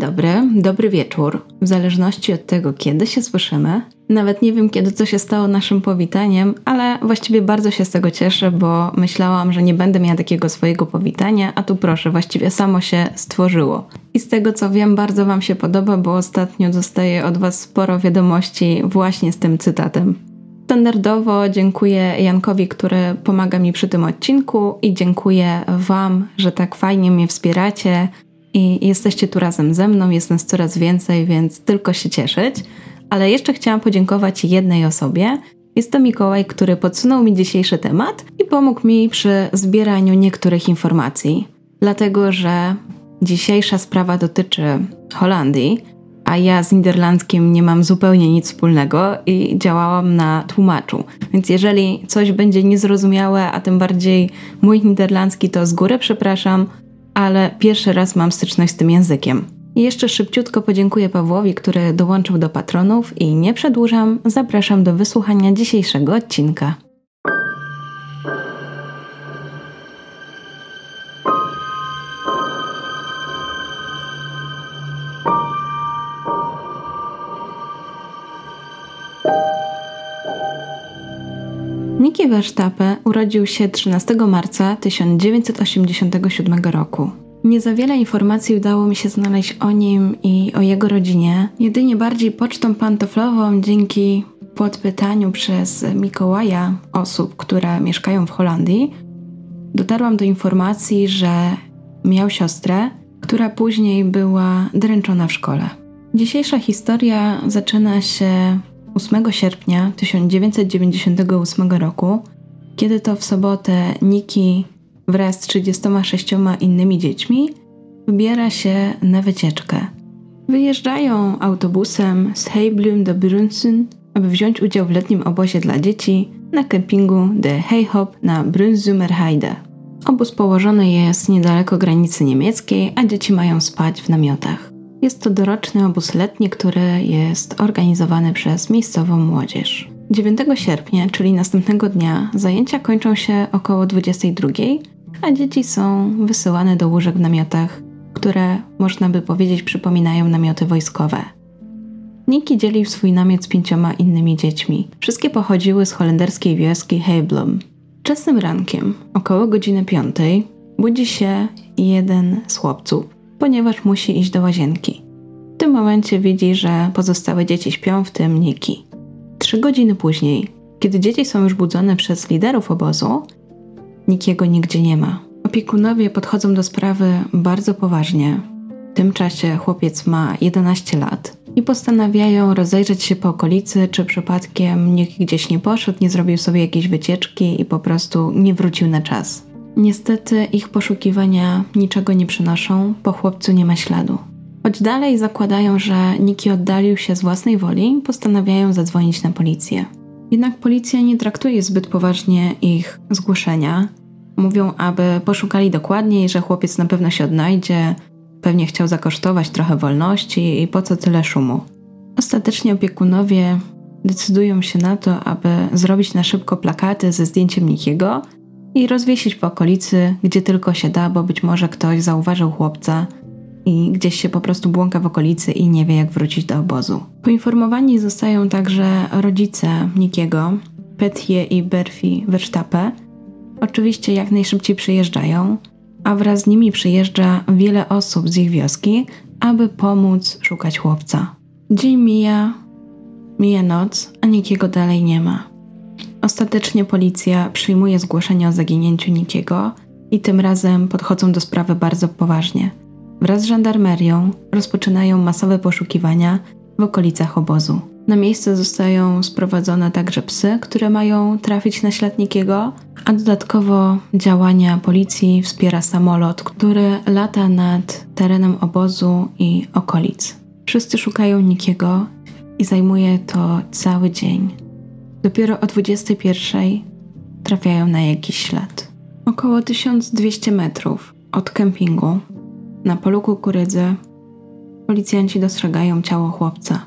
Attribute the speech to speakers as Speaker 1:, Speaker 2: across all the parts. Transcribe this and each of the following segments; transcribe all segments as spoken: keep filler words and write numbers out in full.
Speaker 1: dobry, dobry wieczór, w zależności od tego, kiedy się słyszymy. Nawet nie wiem, kiedy to się stało naszym powitaniem, ale właściwie bardzo się z tego cieszę, bo myślałam, że nie będę miała takiego swojego powitania, a tu proszę, właściwie samo się stworzyło. I z tego co wiem, bardzo Wam się podoba, bo ostatnio dostaję od Was sporo wiadomości właśnie z tym cytatem. Standardowo dziękuję Jankowi, który pomaga mi przy tym odcinku i dziękuję Wam, że tak fajnie mnie wspieracie i jesteście tu razem ze mną, jest nas coraz więcej, więc tylko się cieszyć. Ale jeszcze chciałam podziękować jednej osobie. Jest to Mikołaj, który podsunął mi dzisiejszy temat i pomógł mi przy zbieraniu niektórych informacji. Dlatego, że dzisiejsza sprawa dotyczy Holandii, a ja z niderlandzkim nie mam zupełnie nic wspólnego i działałam na tłumaczu. Więc jeżeli coś będzie niezrozumiałe, a tym bardziej mój niderlandzki, to z góry przepraszam, ale pierwszy raz mam styczność z tym językiem. I jeszcze szybciutko podziękuję Pawłowi, który dołączył do patronów i nie przedłużam, zapraszam do wysłuchania dzisiejszego odcinka. Nicky Verstappen urodził się trzynastego marca tysiąc dziewięćset osiemdziesiątego siódmego roku. Nie za wiele informacji udało mi się znaleźć o nim i o jego rodzinie, jedynie bardziej pocztą pantoflową dzięki podpytaniu przez Mikołaja osób, które mieszkają w Holandii, dotarłam do informacji, że miał siostrę, która później była dręczona w szkole. Dzisiejsza historia zaczyna się ósmego sierpnia tysiąc dziewięćset dziewięćdziesiątego ósmego roku, kiedy to w sobotę Nicky wraz z trzydziestoma sześcioma innymi dziećmi wybiera się na wycieczkę. Wyjeżdżają autobusem z Heilblum do Brunssum, aby wziąć udział w letnim obozie dla dzieci na kempingu De Heihop na Brunsumer Heide. Obóz położony jest niedaleko granicy niemieckiej, a dzieci mają spać w namiotach. Jest to doroczny obóz letni, który jest organizowany przez miejscową młodzież. dziewiątego sierpnia, czyli następnego dnia, zajęcia kończą się około dwudziestej drugiej, a dzieci są wysyłane do łóżek w namiotach, które, można by powiedzieć, przypominają namioty wojskowe. Nicky dzielił swój namiot z pięcioma innymi dziećmi. Wszystkie pochodziły z holenderskiej wioski Heilblum. Wczesnym rankiem, około godziny piątej, budzi się jeden z chłopców, ponieważ musi iść do łazienki. W tym momencie widzi, że pozostałe dzieci śpią, w tym Nicky. Trzy godziny później, kiedy dzieci są już budzone przez liderów obozu, Nickiego nigdzie nie ma. Opiekunowie podchodzą do sprawy bardzo poważnie. W tym czasie chłopiec ma jedenaście lat i postanawiają rozejrzeć się po okolicy, czy przypadkiem Nicky gdzieś nie poszedł, nie zrobił sobie jakiejś wycieczki i po prostu nie wrócił na czas. Niestety ich poszukiwania niczego nie przynoszą, po chłopcu nie ma śladu. Choć dalej zakładają, że Nicky oddalił się z własnej woli, postanawiają zadzwonić na policję. Jednak policja nie traktuje zbyt poważnie ich zgłoszenia. Mówią, aby poszukali dokładniej, że chłopiec na pewno się odnajdzie, pewnie chciał zakosztować trochę wolności i po co tyle szumu. Ostatecznie opiekunowie decydują się na to, aby zrobić na szybko plakaty ze zdjęciem Nickiego i rozwiesić po okolicy, gdzie tylko się da, bo być może ktoś zauważył chłopca i gdzieś się po prostu błąka w okolicy i nie wie, jak wrócić do obozu. Poinformowani zostają także rodzice Nickiego, Petje i Berfi Verstappen. Oczywiście jak najszybciej przyjeżdżają, a wraz z nimi przyjeżdża wiele osób z ich wioski, aby pomóc szukać chłopca. Dzień mija, mija noc, a Nickiego dalej nie ma. Ostatecznie policja przyjmuje zgłoszenie o zaginięciu Nickiego i tym razem podchodzą do sprawy bardzo poważnie. Wraz z żandarmerią rozpoczynają masowe poszukiwania w okolicach obozu. Na miejsce zostają sprowadzone także psy, które mają trafić na ślad Nickiego, a dodatkowo działania policji wspiera samolot, który lata nad terenem obozu i okolic. Wszyscy szukają Nickiego i zajmuje to cały dzień. Dopiero o dwudziestej pierwszej trafiają na jakiś ślad. Około tysiąc dwieście metrów od kempingu na polu kukurydzy policjanci dostrzegają ciało chłopca.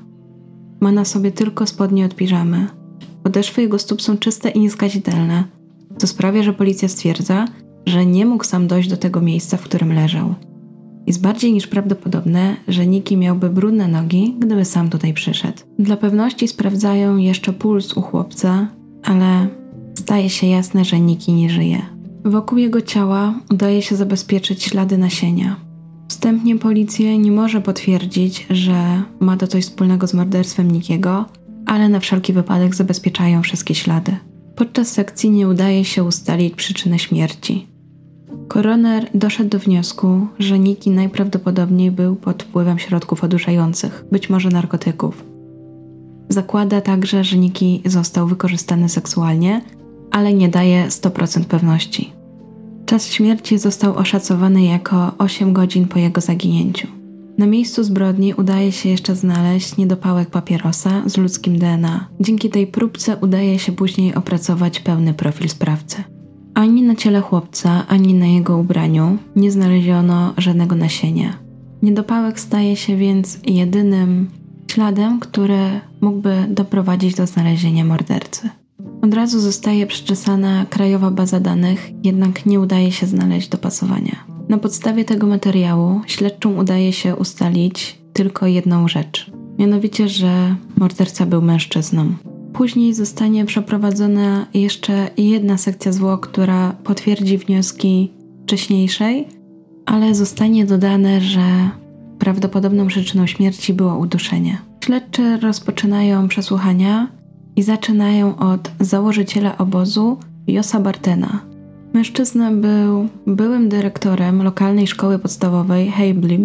Speaker 1: Ma na sobie tylko spodnie od piżamy. Podeszwy jego stóp są czyste i nieskazitelne, co sprawia, że policja stwierdza, że nie mógł sam dojść do tego miejsca, w którym leżał. Jest bardziej niż prawdopodobne, że Nicky miałby brudne nogi, gdyby sam tutaj przyszedł. Dla pewności sprawdzają jeszcze puls u chłopca, ale staje się jasne, że Nicky nie żyje. Wokół jego ciała udaje się zabezpieczyć ślady nasienia. Wstępnie policja nie może potwierdzić, że ma to coś wspólnego z morderstwem Nickiego, ale na wszelki wypadek zabezpieczają wszystkie ślady. Podczas sekcji nie udaje się ustalić przyczyny śmierci. Koroner doszedł do wniosku, że Nicky najprawdopodobniej był pod wpływem środków odurzających, być może narkotyków. Zakłada także, że Nicky został wykorzystany seksualnie, ale nie daje sto procent pewności. Czas śmierci został oszacowany jako osiem godzin po jego zaginięciu. Na miejscu zbrodni udaje się jeszcze znaleźć niedopałek papierosa z ludzkim D N A. Dzięki tej próbce udaje się później opracować pełny profil sprawcy. Ani na ciele chłopca, ani na jego ubraniu nie znaleziono żadnego nasienia. Niedopałek staje się więc jedynym śladem, który mógłby doprowadzić do znalezienia mordercy. Od razu zostaje przeczesana krajowa baza danych, jednak nie udaje się znaleźć dopasowania. Na podstawie tego materiału śledczym udaje się ustalić tylko jedną rzecz. Mianowicie, że morderca był mężczyzną. Później zostanie przeprowadzona jeszcze jedna sekcja zwłok, która potwierdzi wnioski wcześniejszej, ale zostanie dodane, że prawdopodobną przyczyną śmierci było uduszenie. Śledczy rozpoczynają przesłuchania i zaczynają od założyciela obozu Josa Bartena. Mężczyzna był byłym dyrektorem lokalnej szkoły podstawowej Heiblim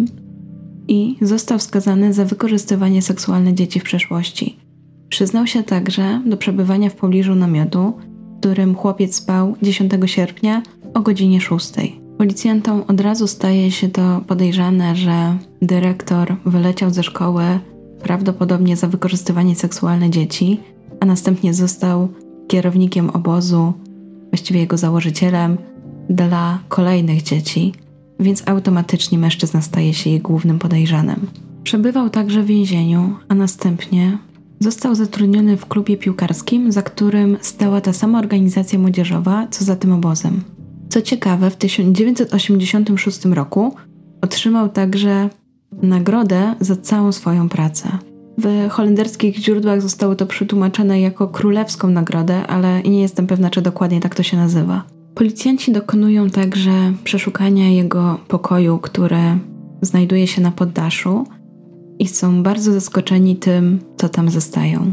Speaker 1: i został skazany za wykorzystywanie seksualne dzieci w przeszłości. Przyznał się także do przebywania w pobliżu namiotu, w którym chłopiec spał dziesiątego sierpnia o godzinie szóstej. Policjantom od razu staje się to podejrzane, że dyrektor wyleciał ze szkoły prawdopodobnie za wykorzystywanie seksualne dzieci, a następnie został kierownikiem obozu, właściwie jego założycielem, dla kolejnych dzieci, więc automatycznie mężczyzna staje się jej głównym podejrzanym. Przebywał także w więzieniu, a następnie został zatrudniony w klubie piłkarskim, za którym stała ta sama organizacja młodzieżowa, co za tym obozem. Co ciekawe, w tysiąc dziewięćset osiemdziesiątym szóstym roku otrzymał także nagrodę za całą swoją pracę. W holenderskich źródłach zostało to przetłumaczone jako królewską nagrodę, ale nie jestem pewna, czy dokładnie tak to się nazywa. Policjanci dokonują także przeszukania jego pokoju, które znajduje się na poddaszu i są bardzo zaskoczeni tym, co tam zostają.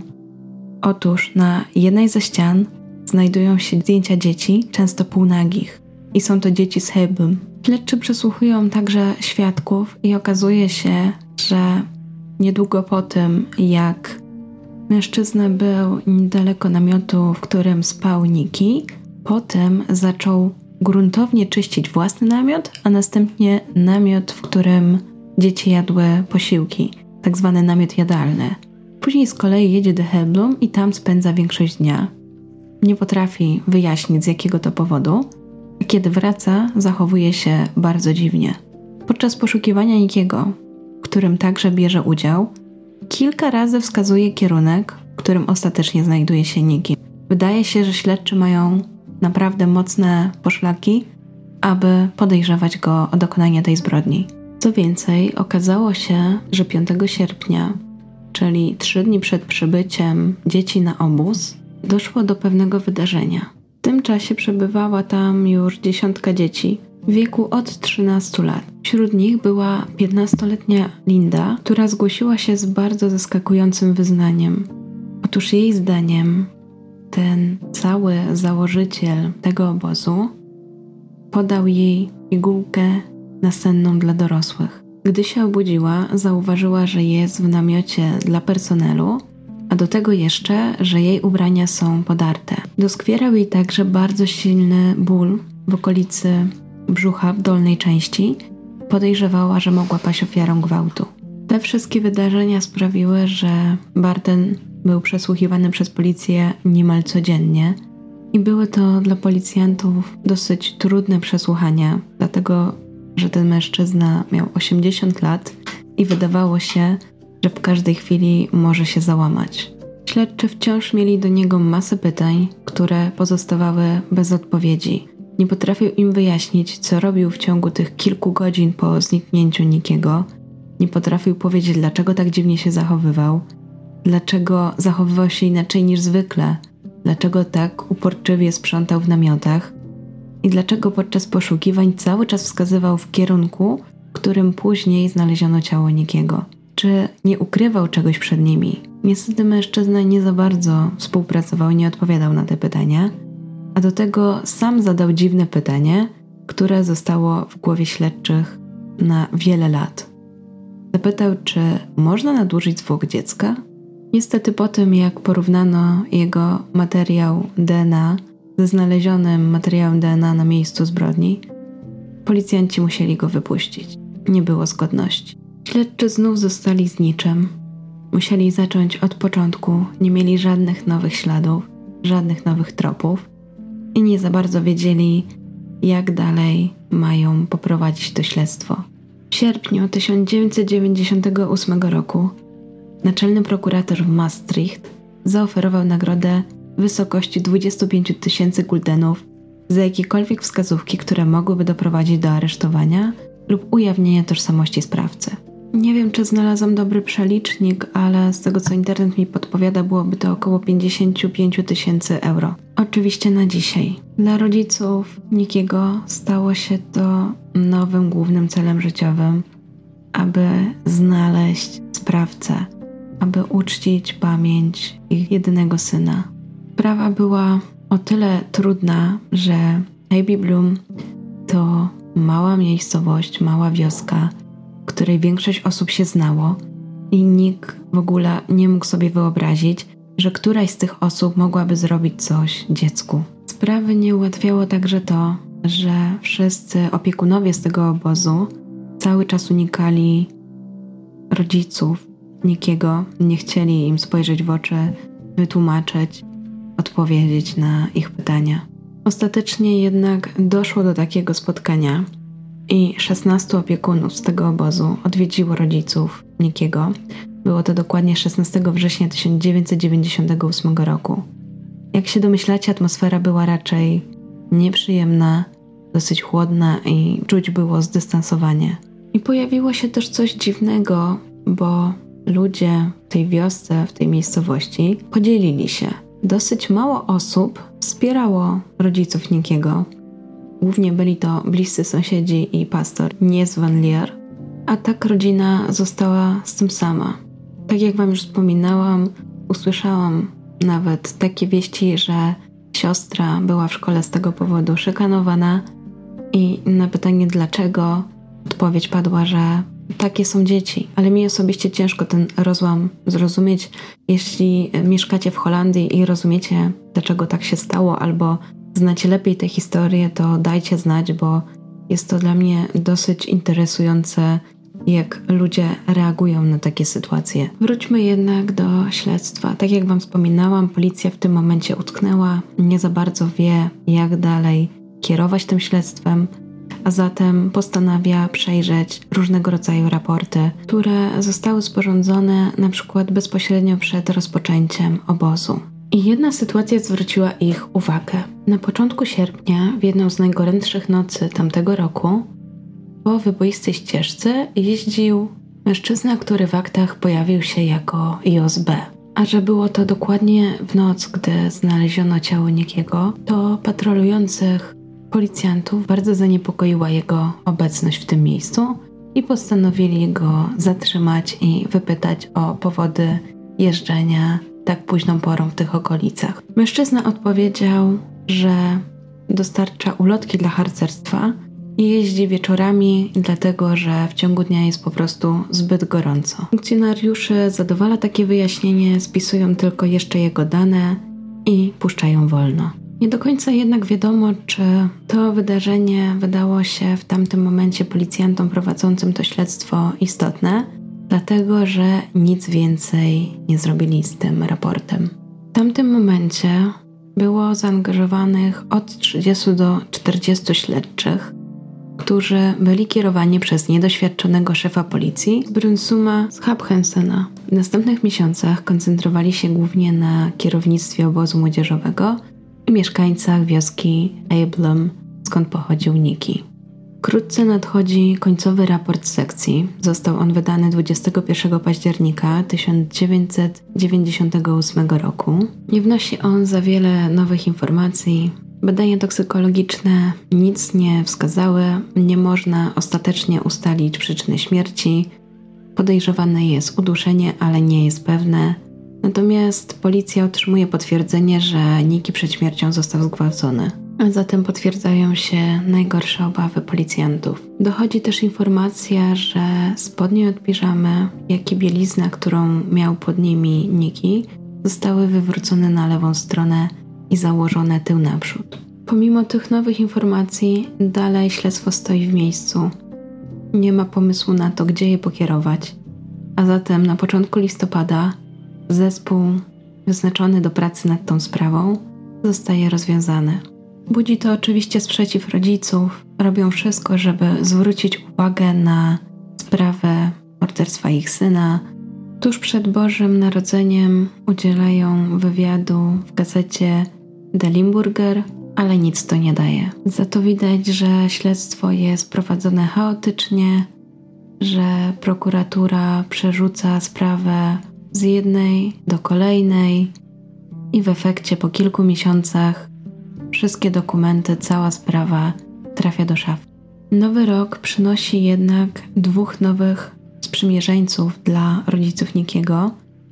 Speaker 1: Otóż na jednej ze ścian znajdują się zdjęcia dzieci, często półnagich. I są to dzieci z Heiblim. Śledczy przesłuchują także świadków i okazuje się, że niedługo po tym, jak mężczyzna był niedaleko namiotu, w którym spał Nicky, potem zaczął gruntownie czyścić własny namiot, a następnie namiot, w którym dzieci jadły posiłki, tak zwany namiot jadalny. Później z kolei jedzie do Heiblim i tam spędza większość dnia. Nie potrafi wyjaśnić, z jakiego to powodu. A kiedy wraca, zachowuje się bardzo dziwnie. Podczas poszukiwania Nickiego, w którym także bierze udział, kilka razy wskazuje kierunek, w którym ostatecznie znajduje się Nicky. Wydaje się, że śledczy mają naprawdę mocne poszlaki, aby podejrzewać go o dokonanie tej zbrodni. Co więcej, okazało się, że piątego sierpnia, czyli trzy dni przed przybyciem dzieci na obóz, doszło do pewnego wydarzenia. W tym czasie przebywała tam już dziesiątka dzieci w wieku od trzynastu lat. Wśród nich była piętnastoletnia Linda, która zgłosiła się z bardzo zaskakującym wyznaniem. Otóż jej zdaniem ten cały założyciel tego obozu podał jej pigułkę nasenną dla dorosłych. Gdy się obudziła, zauważyła, że jest w namiocie dla personelu, a do tego jeszcze, że jej ubrania są podarte. Doskwierał jej także bardzo silny ból w okolicy brzucha w dolnej części. Podejrzewała, że mogła paść ofiarą gwałtu. Te wszystkie wydarzenia sprawiły, że Barten był przesłuchiwany przez policję niemal codziennie i były to dla policjantów dosyć trudne przesłuchania, dlatego że ten mężczyzna miał osiemdziesiąt lat i wydawało się, że w każdej chwili może się załamać. Śledczy wciąż mieli do niego masę pytań, które pozostawały bez odpowiedzi. Nie potrafił im wyjaśnić, co robił w ciągu tych kilku godzin po zniknięciu Nickiego. Nie potrafił powiedzieć, dlaczego tak dziwnie się zachowywał, dlaczego zachowywał się inaczej niż zwykle, dlaczego tak uporczywie sprzątał w namiotach i dlaczego podczas poszukiwań cały czas wskazywał w kierunku, w którym później znaleziono ciało Nickiego. Czy nie ukrywał czegoś przed nimi? Niestety mężczyzna nie za bardzo współpracował i nie odpowiadał na te pytania, a do tego sam zadał dziwne pytanie, które zostało w głowie śledczych na wiele lat. Zapytał, czy można nadużyć zwłok dziecka? Niestety po tym, jak porównano jego materiał D N A ze znalezionym materiałem D N A na miejscu zbrodni, policjanci musieli go wypuścić. Nie było zgodności. Śledczy znów zostali z niczym. Musieli zacząć od początku, nie mieli żadnych nowych śladów, żadnych nowych tropów i nie za bardzo wiedzieli, jak dalej mają poprowadzić to śledztwo. W sierpniu tysiąc dziewięćset dziewięćdziesiątego ósmego roku naczelny prokurator w Maastricht zaoferował nagrodę w wysokości dwadzieścia pięć tysięcy guldenów za jakiekolwiek wskazówki, które mogłyby doprowadzić do aresztowania lub ujawnienia tożsamości sprawcy. Nie wiem, czy znalazłam dobry przelicznik, ale z tego, co internet mi podpowiada, byłoby to około pięćdziesiąt pięć tysięcy euro. Oczywiście na dzisiaj. Dla rodziców Nickiego stało się to nowym głównym celem życiowym, aby znaleźć sprawcę, aby uczcić pamięć ich jedynego syna. Sprawa była o tyle trudna, że Abbey Bloom to mała miejscowość, mała wioska, w której większość osób się znało i nikt w ogóle nie mógł sobie wyobrazić, że któraś z tych osób mogłaby zrobić coś dziecku. Sprawy nie ułatwiało także to, że wszyscy opiekunowie z tego obozu cały czas unikali rodziców Nickiego, nie chcieli im spojrzeć w oczy, wytłumaczyć, odpowiedzieć na ich pytania. Ostatecznie jednak doszło do takiego spotkania i szesnastu opiekunów z tego obozu odwiedziło rodziców Nickiego. Było to dokładnie szesnastego września tysiąc dziewięćset dziewięćdziesiątego ósmego roku. Jak się domyślacie, atmosfera była raczej nieprzyjemna, dosyć chłodna i czuć było zdystansowanie. I pojawiło się też coś dziwnego, bo ludzie w tej wiosce, w tej miejscowości podzielili się. Dosyć mało osób wspierało rodziców Nickiego. Głównie byli to bliscy sąsiedzi i pastor Nies van Leer, a tak rodzina została z tym sama. Tak jak wam już wspominałam, usłyszałam nawet takie wieści, że siostra była w szkole z tego powodu szykanowana i na pytanie dlaczego odpowiedź padła, że takie są dzieci. Ale mi osobiście ciężko ten rozłam zrozumieć. Jeśli mieszkacie w Holandii i rozumiecie, dlaczego tak się stało, albo znacie lepiej tę historię, to dajcie znać, bo jest to dla mnie dosyć interesujące, jak ludzie reagują na takie sytuacje. Wróćmy jednak do śledztwa. Tak jak wam wspominałam, policja w tym momencie utknęła, nie za bardzo wie, jak dalej kierować tym śledztwem, a zatem postanawia przejrzeć różnego rodzaju raporty, które zostały sporządzone na przykład bezpośrednio przed rozpoczęciem obozu. I jedna sytuacja zwróciła ich uwagę. Na początku sierpnia, w jedną z najgorętszych nocy tamtego roku, po wyboistej ścieżce jeździł mężczyzna, który w aktach pojawił się jako Jos B. A że było to dokładnie w noc, gdy znaleziono ciało Nickiego, to patrolujących policjantów bardzo zaniepokoiła jego obecność w tym miejscu i postanowili go zatrzymać i wypytać o powody jeżdżenia tak późną porą w tych okolicach. Mężczyzna odpowiedział, że dostarcza ulotki dla harcerstwa i jeździ wieczorami, dlatego że w ciągu dnia jest po prostu zbyt gorąco. Funkcjonariuszy zadowala takie wyjaśnienie, spisują tylko jeszcze jego dane i puszczają wolno. Nie do końca jednak wiadomo, czy to wydarzenie wydało się w tamtym momencie policjantom prowadzącym to śledztwo istotne, dlatego że nic więcej nie zrobili z tym raportem. W tamtym momencie było zaangażowanych od trzydziestu do czterdziestu śledczych, którzy byli kierowani przez niedoświadczonego szefa policji Brunsuma Schaphensena. W następnych miesiącach koncentrowali się głównie na kierownictwie obozu młodzieżowego i mieszkańcach wioski Abbey Bloom skąd pochodził Nicky. Wkrótce nadchodzi końcowy raport sekcji. Został on wydany dwudziestego pierwszego października tysiąc dziewięćset dziewięćdziesiątego ósmego roku. Nie wnosi on za wiele nowych informacji. Badania toksykologiczne nic nie wskazały. Nie można ostatecznie ustalić przyczyny śmierci. Podejrzewane jest uduszenie, ale nie jest pewne. Natomiast policja otrzymuje potwierdzenie, że Nicky przed śmiercią został zgwałcony. A zatem potwierdzają się najgorsze obawy policjantów. Dochodzi też informacja, że spodnie od piżamy, jak i bielizna, którą miał pod nimi Nicky, zostały wywrócone na lewą stronę i założone tył naprzód. Pomimo tych nowych informacji, dalej śledztwo stoi w miejscu. Nie ma pomysłu na to, gdzie je pokierować. A zatem na początku listopada zespół wyznaczony do pracy nad tą sprawą zostaje rozwiązany. Budzi to oczywiście sprzeciw rodziców. Robią wszystko, żeby zwrócić uwagę na sprawę morderstwa ich syna. Tuż przed Bożym Narodzeniem udzielają wywiadu w gazecie Der Limburger, ale nic to nie daje. Za to widać, że śledztwo jest prowadzone chaotycznie, że prokuratura przerzuca sprawę z jednej do kolejnej i w efekcie po kilku miesiącach wszystkie dokumenty, cała sprawa trafia do szafy. Nowy rok przynosi jednak dwóch nowych sprzymierzeńców dla rodziców Nickiego,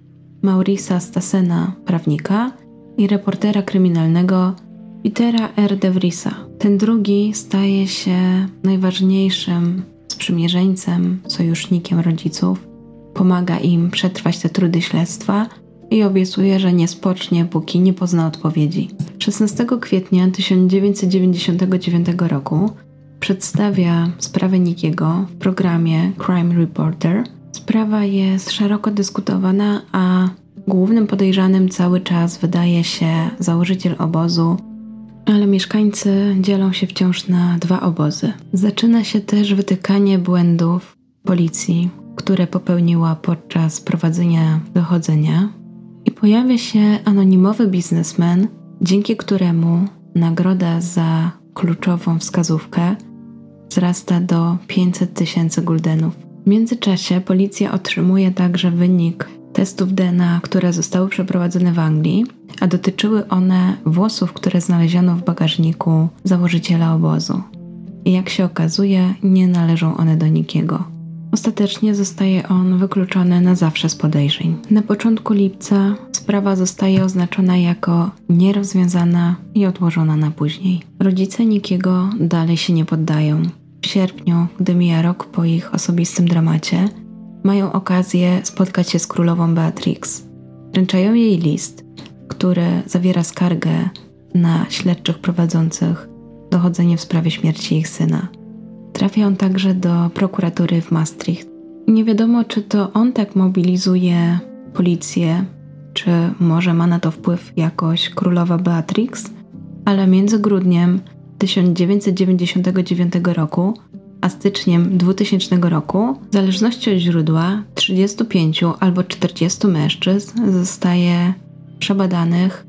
Speaker 1: Maurisa Stassena, prawnika, i reportera kryminalnego Petera R. de Vriesa. Ten drugi staje się najważniejszym sprzymierzeńcem, sojusznikiem rodziców, pomaga im przetrwać te trudy śledztwa i obiecuje, że nie spocznie, póki nie pozna odpowiedzi. szesnastego kwietnia tysiąc dziewięćset dziewięćdziesiątego dziewiątego roku przedstawia sprawę Nickiego w programie Crime Reporter. Sprawa jest szeroko dyskutowana, a głównym podejrzanym cały czas wydaje się założyciel obozu, ale mieszkańcy dzielą się wciąż na dwa obozy. Zaczyna się też wytykanie błędów policji, które popełniła podczas prowadzenia dochodzenia, i pojawia się anonimowy biznesmen, dzięki któremu nagroda za kluczową wskazówkę wzrasta do pięćset tysięcy guldenów. W międzyczasie policja otrzymuje także wynik testów D N A, które zostały przeprowadzone w Anglii, a dotyczyły one włosów, które znaleziono w bagażniku założyciela obozu. I jak się okazuje, nie należą one do Nickiego. Ostatecznie zostaje on wykluczony na zawsze z podejrzeń. Na początku lipca sprawa zostaje oznaczona jako nierozwiązana i odłożona na później. Rodzice Nickiego dalej się nie poddają. W sierpniu, gdy mija rok po ich osobistym dramacie, mają okazję spotkać się z królową Beatrix. Wręczają jej list, który zawiera skargę na śledczych prowadzących dochodzenie w sprawie śmierci ich syna. Trafia on także do prokuratury w Maastricht. Nie wiadomo, czy to on tak mobilizuje policję, czy może ma na to wpływ jakoś królowa Beatrix, ale między grudniem tysiąc dziewięćset dziewięćdziesiątego dziewiątego roku a styczniem dwutysięcznego roku, w zależności od źródła, trzydziestu pięciu albo czterdziestu mężczyzn zostaje przebadanych,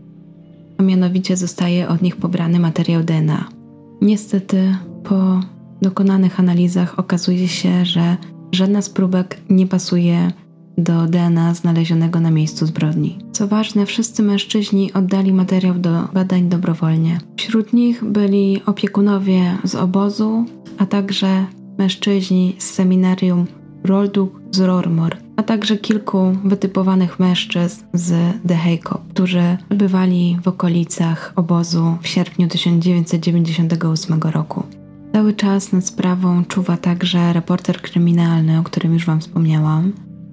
Speaker 1: a mianowicie zostaje od nich pobrany materiał D N A. Niestety po dokonanych analizach okazuje się, że żadna z próbek nie pasuje do D N A znalezionego na miejscu zbrodni. Co ważne, wszyscy mężczyźni oddali materiał do badań dobrowolnie. Wśród nich byli opiekunowie z obozu, a także mężczyźni z seminarium Rolduk z Rormor, a także kilku wytypowanych mężczyzn z The Heikop, którzy bywali w okolicach obozu w sierpniu tysiąc dziewięćset dziewięćdziesiątego ósmego roku. Cały czas nad sprawą czuwa także reporter kryminalny, o którym już Wam wspomniałam,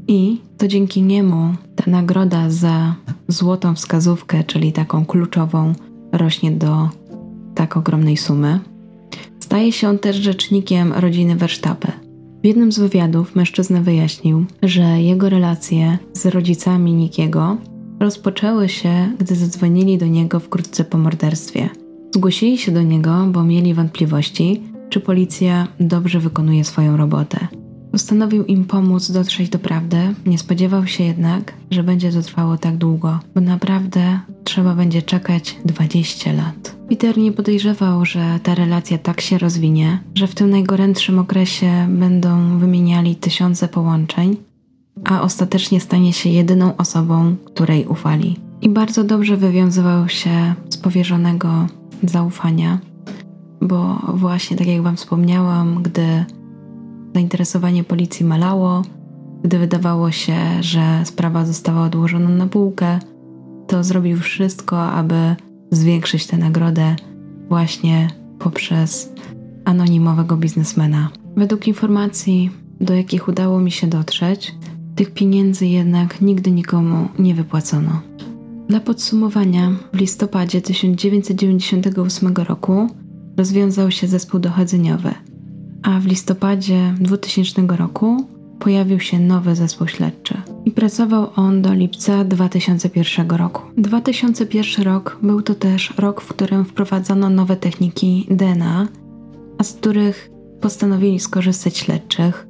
Speaker 1: i to dzięki niemu ta nagroda za złotą wskazówkę, czyli taką kluczową, rośnie do tak ogromnej sumy. Staje się on też rzecznikiem rodziny Verstappen. W jednym z wywiadów mężczyzna wyjaśnił, że jego relacje z rodzicami Nickiego rozpoczęły się, gdy zadzwonili do niego wkrótce po morderstwie. Zgłosili się do niego, bo mieli wątpliwości, czy policja dobrze wykonuje swoją robotę. Postanowił im pomóc dotrzeć do prawdy, nie spodziewał się jednak, że będzie to trwało tak długo, bo naprawdę trzeba będzie czekać dwadzieścia lat. Peter nie podejrzewał, że ta relacja tak się rozwinie, że w tym najgorętszym okresie będą wymieniali tysiące połączeń, a ostatecznie stanie się jedyną osobą, której ufali. I bardzo dobrze wywiązywał się z powierzonego zaufania, bo właśnie tak jak wam wspomniałam, gdy zainteresowanie policji malało, gdy wydawało się, że sprawa została odłożona na półkę, to zrobił wszystko, aby zwiększyć tę nagrodę właśnie poprzez anonimowego biznesmena. Według informacji, do jakich udało mi się dotrzeć, tych pieniędzy jednak nigdy nikomu nie wypłacono. Dla podsumowania, w listopadzie tysiąc dziewięćset dziewięćdziesiątego ósmego roku rozwiązał się zespół dochodzeniowy, a w listopadzie dwutysięcznego roku pojawił się nowy zespół śledczy i pracował on do lipca dwa tysiące pierwszego roku. dwa tysiące pierwszy rok był to też rok, w którym wprowadzono nowe techniki D N A, a z których postanowili skorzystać śledczych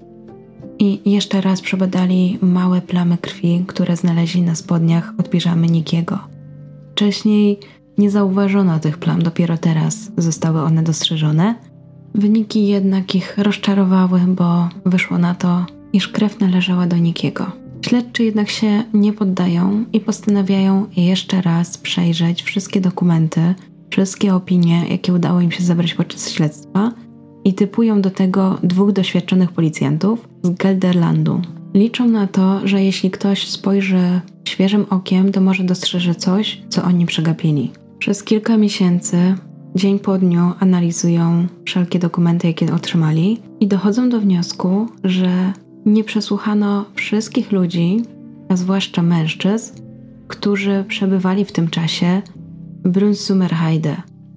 Speaker 1: i jeszcze raz przebadali małe plamy krwi, które znaleźli na spodniach od piżamy Nickiego. Wcześniej nie zauważono tych plam, dopiero teraz zostały one dostrzeżone. Wyniki jednak ich rozczarowały, bo wyszło na to, iż krew należała do Nickiego. Śledczy jednak się nie poddają i postanawiają jeszcze raz przejrzeć wszystkie dokumenty, wszystkie opinie, jakie udało im się zebrać podczas śledztwa i typują do tego dwóch doświadczonych policjantów z Gelderlandu. Liczą na to, że jeśli ktoś spojrzy świeżym okiem, to może dostrzeże coś, co oni przegapili. Przez kilka miesięcy dzień po dniu analizują wszelkie dokumenty, jakie otrzymali i dochodzą do wniosku, że nie przesłuchano wszystkich ludzi, a zwłaszcza mężczyzn, którzy przebywali w tym czasie w Brunssummerheide.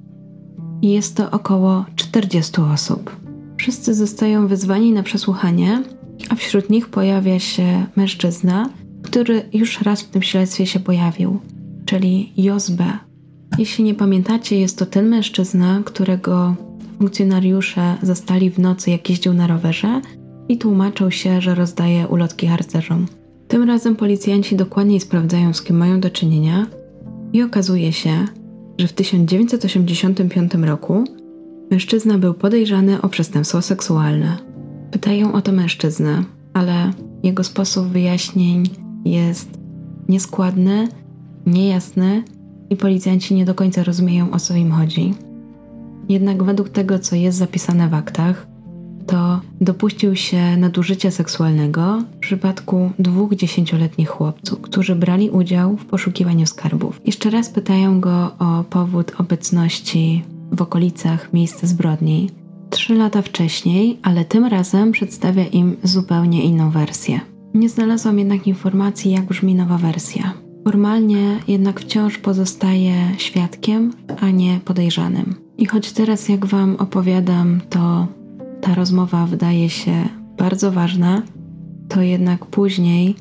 Speaker 1: I jest to około czterdziestu osób. Wszyscy zostają wezwani na przesłuchanie, a wśród nich pojawia się mężczyzna, który już raz w tym śledztwie się pojawił, czyli Jos B. Jeśli nie pamiętacie, jest to ten mężczyzna, którego funkcjonariusze zastali w nocy, jak jeździł na rowerze i tłumaczył się, że rozdaje ulotki harcerzom. Tym razem policjanci dokładniej sprawdzają, z kim mają do czynienia i okazuje się, że w tysiąc dziewięćset osiemdziesiątym piątym roku mężczyzna był podejrzany o przestępstwo seksualne. Pytają o to mężczyznę, ale jego sposób wyjaśnień jest nieskładny, niejasny i policjanci nie do końca rozumieją, o co im chodzi. Jednak według tego, co jest zapisane w aktach, to dopuścił się nadużycia seksualnego w przypadku dwóch dziesięcioletnich chłopców, którzy brali udział w poszukiwaniu skarbów. Jeszcze raz pytają go o powód obecności w okolicach miejsca zbrodni. Trzy lata wcześniej, ale tym razem przedstawia im zupełnie inną wersję. Nie znalazłam jednak informacji, jak brzmi nowa wersja. Formalnie jednak wciąż pozostaje świadkiem, a nie podejrzanym. I choć teraz jak wam opowiadam, to ta rozmowa wydaje się bardzo ważna, to jednak później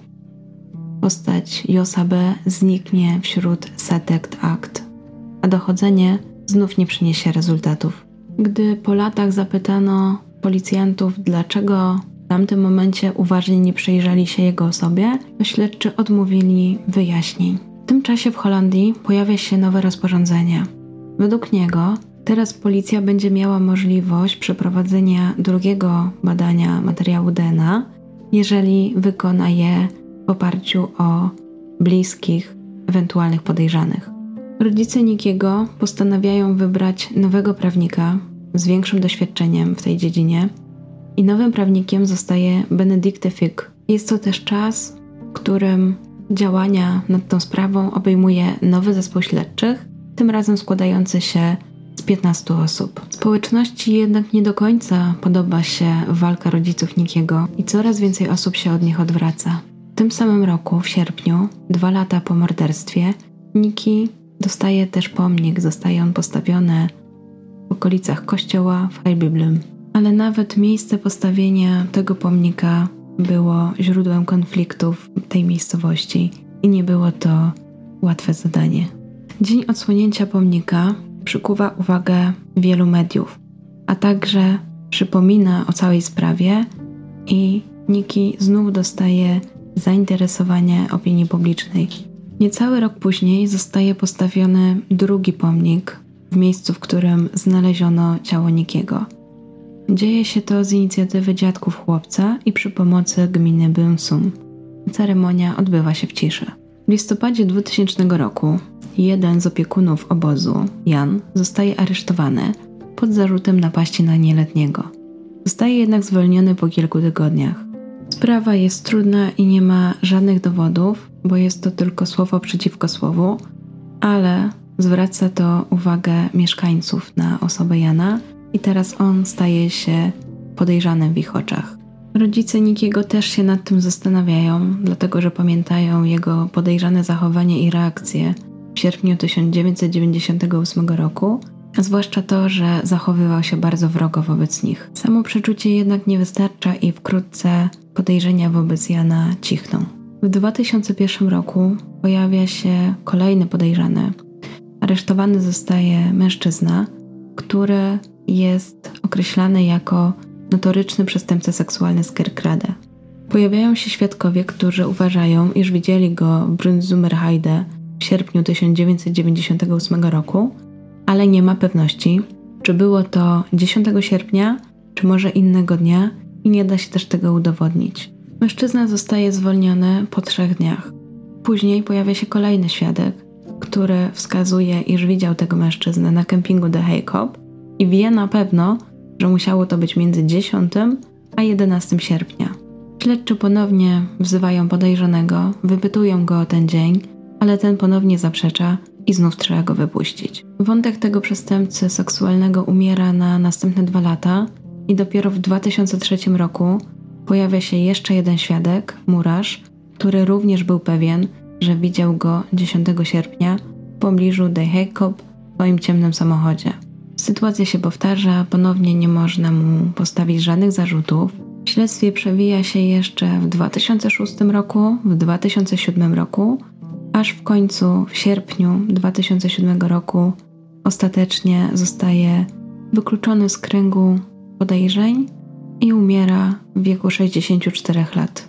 Speaker 1: postać Josa B. zniknie wśród setek akt, a dochodzenie znów nie przyniesie rezultatów. Gdy po latach zapytano policjantów, dlaczego w tamtym momencie uważnie nie przyjrzeli się jego osobie, to śledczy odmówili wyjaśnień. W tym czasie w Holandii pojawia się nowe rozporządzenie. Według niego teraz policja będzie miała możliwość przeprowadzenia drugiego badania materiału D N A, jeżeli wykona je w oparciu o bliskich, ewentualnych podejrzanych. Rodzice Nickiego postanawiają wybrać nowego prawnika z większym doświadczeniem w tej dziedzinie i nowym prawnikiem zostaje Benedicte Fick. Jest to też czas, w którym działania nad tą sprawą obejmuje nowy zespół śledczych, tym razem składający się z piętnastu osób. Społeczności jednak nie do końca podoba się walka rodziców Nickiego i coraz więcej osób się od nich odwraca. W tym samym roku, w sierpniu, dwa lata po morderstwie, Nicki dostaje też pomnik, zostaje on postawiony w okolicach kościoła w Heilbiblim. Ale nawet miejsce postawienia tego pomnika było źródłem konfliktów tej miejscowości i nie było to łatwe zadanie. Dzień odsłonięcia pomnika przykuwa uwagę wielu mediów, a także przypomina o całej sprawie i Nicki znów dostaje zainteresowanie opinii publicznej. Niecały rok później zostaje postawiony drugi pomnik w miejscu, w którym znaleziono ciało Nickiego. Dzieje się to z inicjatywy dziadków chłopca i przy pomocy gminy Bensum. Ceremonia odbywa się w ciszy. W listopadzie dwutysięcznego roku jeden z opiekunów obozu, Jan, zostaje aresztowany pod zarzutem napaści na nieletniego. Zostaje jednak zwolniony po kilku tygodniach. Sprawa jest trudna i nie ma żadnych dowodów, bo jest to tylko słowo przeciwko słowu, ale zwraca to uwagę mieszkańców na osobę Jana i teraz on staje się podejrzanym w ich oczach. Rodzice Nickiego też się nad tym zastanawiają, dlatego że pamiętają jego podejrzane zachowanie i reakcje w sierpniu tysiąc dziewięćset dziewięćdziesiątego ósmego roku, a zwłaszcza to, że zachowywał się bardzo wrogo wobec nich. Samo przeczucie jednak nie wystarcza i wkrótce podejrzenia wobec Jana cichną. W dwa tysiące pierwszym roku pojawia się kolejny podejrzany. Aresztowany zostaje mężczyzna, który jest określany jako notoryczny przestępca seksualny z Kerkrade. Pojawiają się świadkowie, którzy uważają, iż widzieli go w Brunsumerheide w sierpniu tysiąc dziewięćset dziewięćdziesiątego ósmego roku, ale nie ma pewności, czy było to dziesiątego sierpnia, czy może innego dnia i nie da się też tego udowodnić. Mężczyzna zostaje zwolniony po trzech dniach. Później pojawia się kolejny świadek, który wskazuje, iż widział tego mężczyznę na kempingu The Haycock i wie na pewno, że musiało to być między dziesiątego a jedenastego sierpnia. Śledczy ponownie wzywają podejrzanego, wypytują go o ten dzień, ale ten ponownie zaprzecza i znów trzeba go wypuścić. Wątek tego przestępcy seksualnego umiera na następne dwa lata i dopiero w dwa tysiące trzecim roku pojawia się jeszcze jeden świadek, Murarz, który również był pewien, że widział go dziesiątego sierpnia w pobliżu The Haycock w swoim ciemnym samochodzie. Sytuacja się powtarza, ponownie nie można mu postawić żadnych zarzutów. W śledztwie przewija się jeszcze w dwa tysiące szóstym roku, w dwa tysiące siódmym roku, aż w końcu w sierpniu dwa tysiące siódmego roku ostatecznie zostaje wykluczony z kręgu podejrzeń i umiera w wieku sześćdziesięciu czterech lat.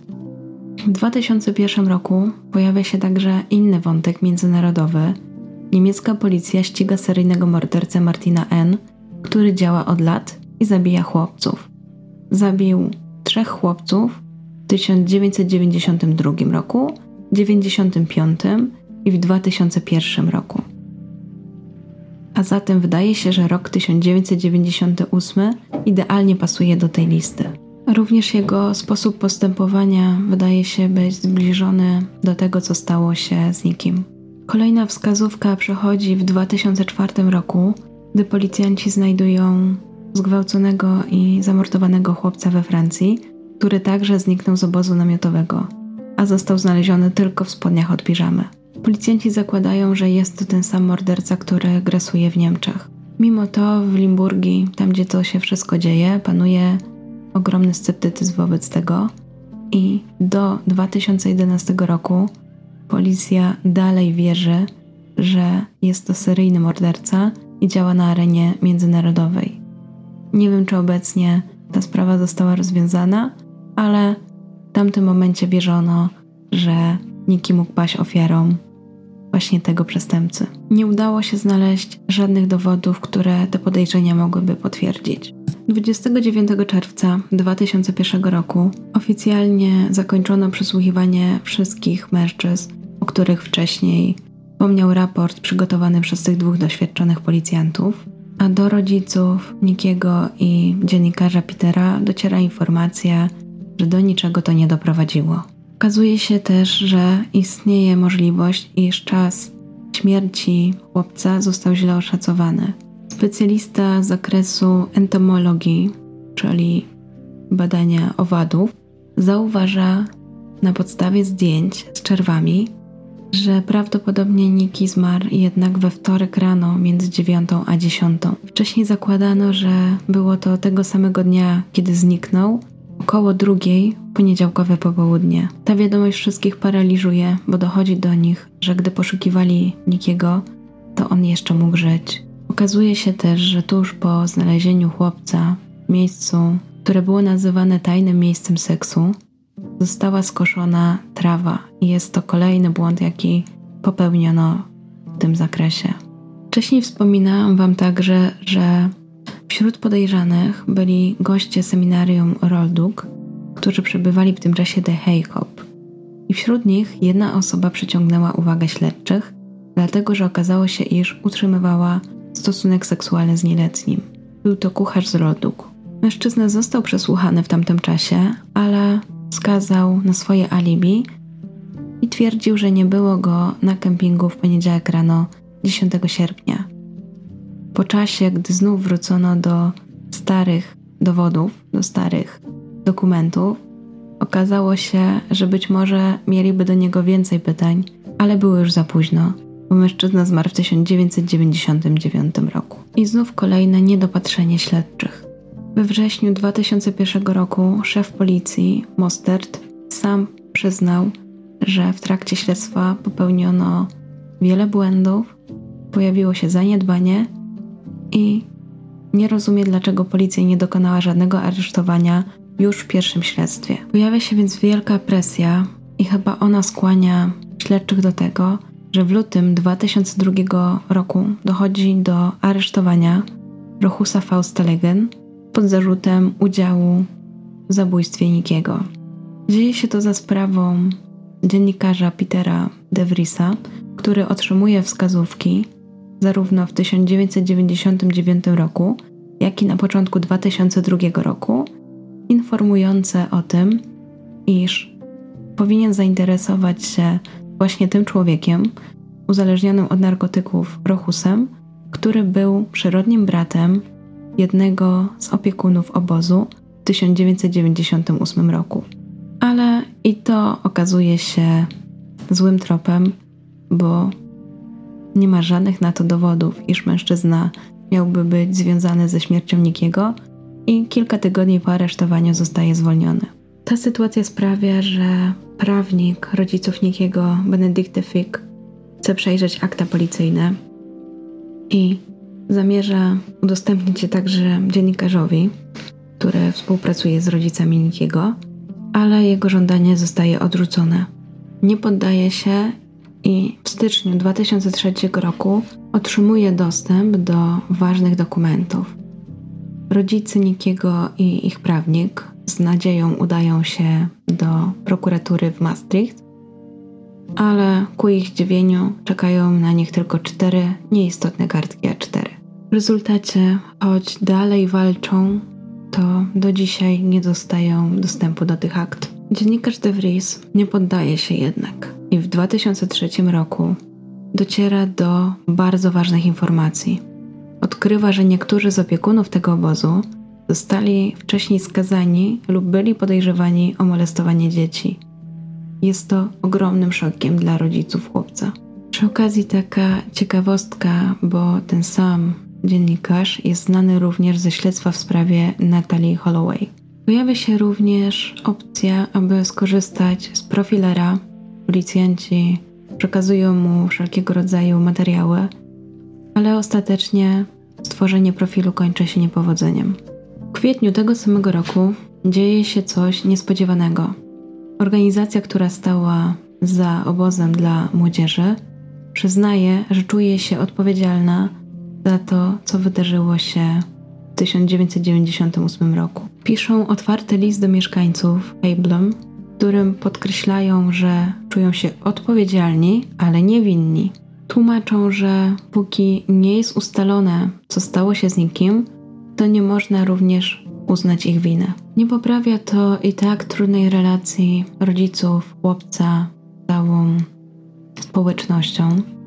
Speaker 1: W dwa tysiące pierwszym roku pojawia się także inny wątek międzynarodowy. Niemiecka policja ściga seryjnego mordercę Martina N., który działa od lat i zabija chłopców. Zabił trzech chłopców w tysiąc dziewięćset dziewięćdziesiątym drugim roku, dziewięćdziesiątym piątym i w dwa tysiące pierwszym roku. A zatem wydaje się, że rok tysiąc dziewięćset dziewięćdziesiąty ósmy idealnie pasuje do tej listy. Również jego sposób postępowania wydaje się być zbliżony do tego, co stało się z Nickim. Kolejna wskazówka przychodzi w dwa tysiące czwartym roku, gdy policjanci znajdują zgwałconego i zamordowanego chłopca we Francji, który także zniknął z obozu namiotowego, a został znaleziony tylko w spodniach od piżamy. Policjanci zakładają, że jest to ten sam morderca, który grasuje w Niemczech. Mimo to w Limburgii, tam gdzie to się wszystko dzieje, panuje ogromny sceptycyzm wobec tego i do dwa tysiące jedenastego roku policja dalej wierzy, że jest to seryjny morderca i działa na arenie międzynarodowej. Nie wiem, czy obecnie ta sprawa została rozwiązana, ale w tamtym momencie wierzono, że Nicki mógł paść ofiarą właśnie tego przestępcy. Nie udało się znaleźć żadnych dowodów, które te podejrzenia mogłyby potwierdzić. dwudziestego dziewiątego czerwca dwa tysiące pierwszego roku oficjalnie zakończono przesłuchiwanie wszystkich mężczyzn, o których wcześniej wspomniał raport przygotowany przez tych dwóch doświadczonych policjantów, a do rodziców Nickiego i dziennikarza Petera dociera informacja, że do niczego to nie doprowadziło. Okazuje się też, że istnieje możliwość, iż czas śmierci chłopca został źle oszacowany. Specjalista z zakresu entomologii, czyli badania owadów, zauważa na podstawie zdjęć z czerwami, że prawdopodobnie Nicki zmarł jednak we wtorek rano między dziewiątą a dziesiątą. Wcześniej zakładano, że było to tego samego dnia, kiedy zniknął, około drugiej, poniedziałkowe popołudnie. Ta wiadomość wszystkich paraliżuje, bo dochodzi do nich, że gdy poszukiwali Nickiego, to on jeszcze mógł żyć. Okazuje się też, że tuż po znalezieniu chłopca w miejscu, które było nazywane tajnym miejscem seksu, została skoszona trawa i jest to kolejny błąd, jaki popełniono w tym zakresie. Wcześniej wspominałam Wam także, że wśród podejrzanych byli goście seminarium Rolduk, którzy przebywali w tym czasie The Hayhope. I wśród nich jedna osoba przyciągnęła uwagę śledczych, dlatego że okazało się, iż utrzymywała stosunek seksualny z nieletnim. Był to kucharz z Rolduk. Mężczyzna został przesłuchany w tamtym czasie, ale wskazał na swoje alibi i twierdził, że nie było go na kempingu w poniedziałek rano dziesiątego sierpnia. Po czasie, gdy znów wrócono do starych dowodów, do starych dokumentów, okazało się, że być może mieliby do niego więcej pytań, ale było już za późno, bo mężczyzna zmarł w tysiąc dziewięćset dziewięćdziesiątym dziewiątym roku. I znów kolejne niedopatrzenie śledczych. We wrześniu dwa tysiące pierwszego roku szef policji Mostert sam przyznał, że w trakcie śledztwa popełniono wiele błędów, pojawiło się zaniedbanie i nie rozumie, dlaczego policja nie dokonała żadnego aresztowania już w pierwszym śledztwie. Pojawia się więc wielka presja i chyba ona skłania śledczych do tego, że w lutym dwa tysiące drugiego roku dochodzi do aresztowania Rochusa Faustelegen pod zarzutem udziału w zabójstwie Nickiego. Dzieje się to za sprawą dziennikarza Petera de Vriesa, który otrzymuje wskazówki zarówno w tysiąc dziewięćset dziewięćdziesiątym dziewiątym roku, jak i na początku dwa tysiące drugiego roku, informujące o tym, iż powinien zainteresować się właśnie tym człowiekiem uzależnionym od narkotyków Rochusem, który był przyrodnim bratem jednego z opiekunów obozu w tysiąc dziewięćset dziewięćdziesiątym ósmym roku. Ale i to okazuje się złym tropem, bo nie ma żadnych na to dowodów, iż mężczyzna miałby być związany ze śmiercią Nickiego i kilka tygodni po aresztowaniu zostaje zwolniony. Ta sytuacja sprawia, że prawnik rodziców Nickiego, Benedict de Fick, chce przejrzeć akta policyjne i zamierza udostępnić je także dziennikarzowi, który współpracuje z rodzicami Nickiego, ale jego żądanie zostaje odrzucone. Nie poddaje się i w styczniu dwa tysiące trzeciego roku otrzymuje dostęp do ważnych dokumentów. Rodzice Nickiego i ich prawnik z nadzieją udają się do prokuratury w Maastricht, ale ku ich zdziwieniu czekają na nich tylko cztery nieistotne kartki A cztery. W rezultacie, choć dalej walczą, to do dzisiaj nie dostają dostępu do tych akt. Dziennikarz de Vries nie poddaje się jednak i w dwa tysiące trzecim roku dociera do bardzo ważnych informacji. Odkrywa, że niektórzy z opiekunów tego obozu zostali wcześniej skazani lub byli podejrzewani o molestowanie dzieci. Jest to ogromnym szokiem dla rodziców chłopca. Przy okazji taka ciekawostka, bo ten sam dziennikarz jest znany również ze śledztwa w sprawie Natalie Holloway. Pojawia się również opcja, aby skorzystać z profilera. Policjanci przekazują mu wszelkiego rodzaju materiały, ale ostatecznie stworzenie profilu kończy się niepowodzeniem. W kwietniu tego samego roku dzieje się coś niespodziewanego. Organizacja, która stała za obozem dla młodzieży, przyznaje, że czuje się odpowiedzialna za to, co wydarzyło się w tysiąc dziewięćset dziewięćdziesiątym ósmym roku. Piszą otwarty list do mieszkańców Hablum, w którym podkreślają, że czują się odpowiedzialni, ale niewinni. Tłumaczą, że póki nie jest ustalone, co stało się z Nickim, to nie można również uznać ich winę. Nie poprawia to i tak trudnej relacji rodziców, chłopca z całą społecznością.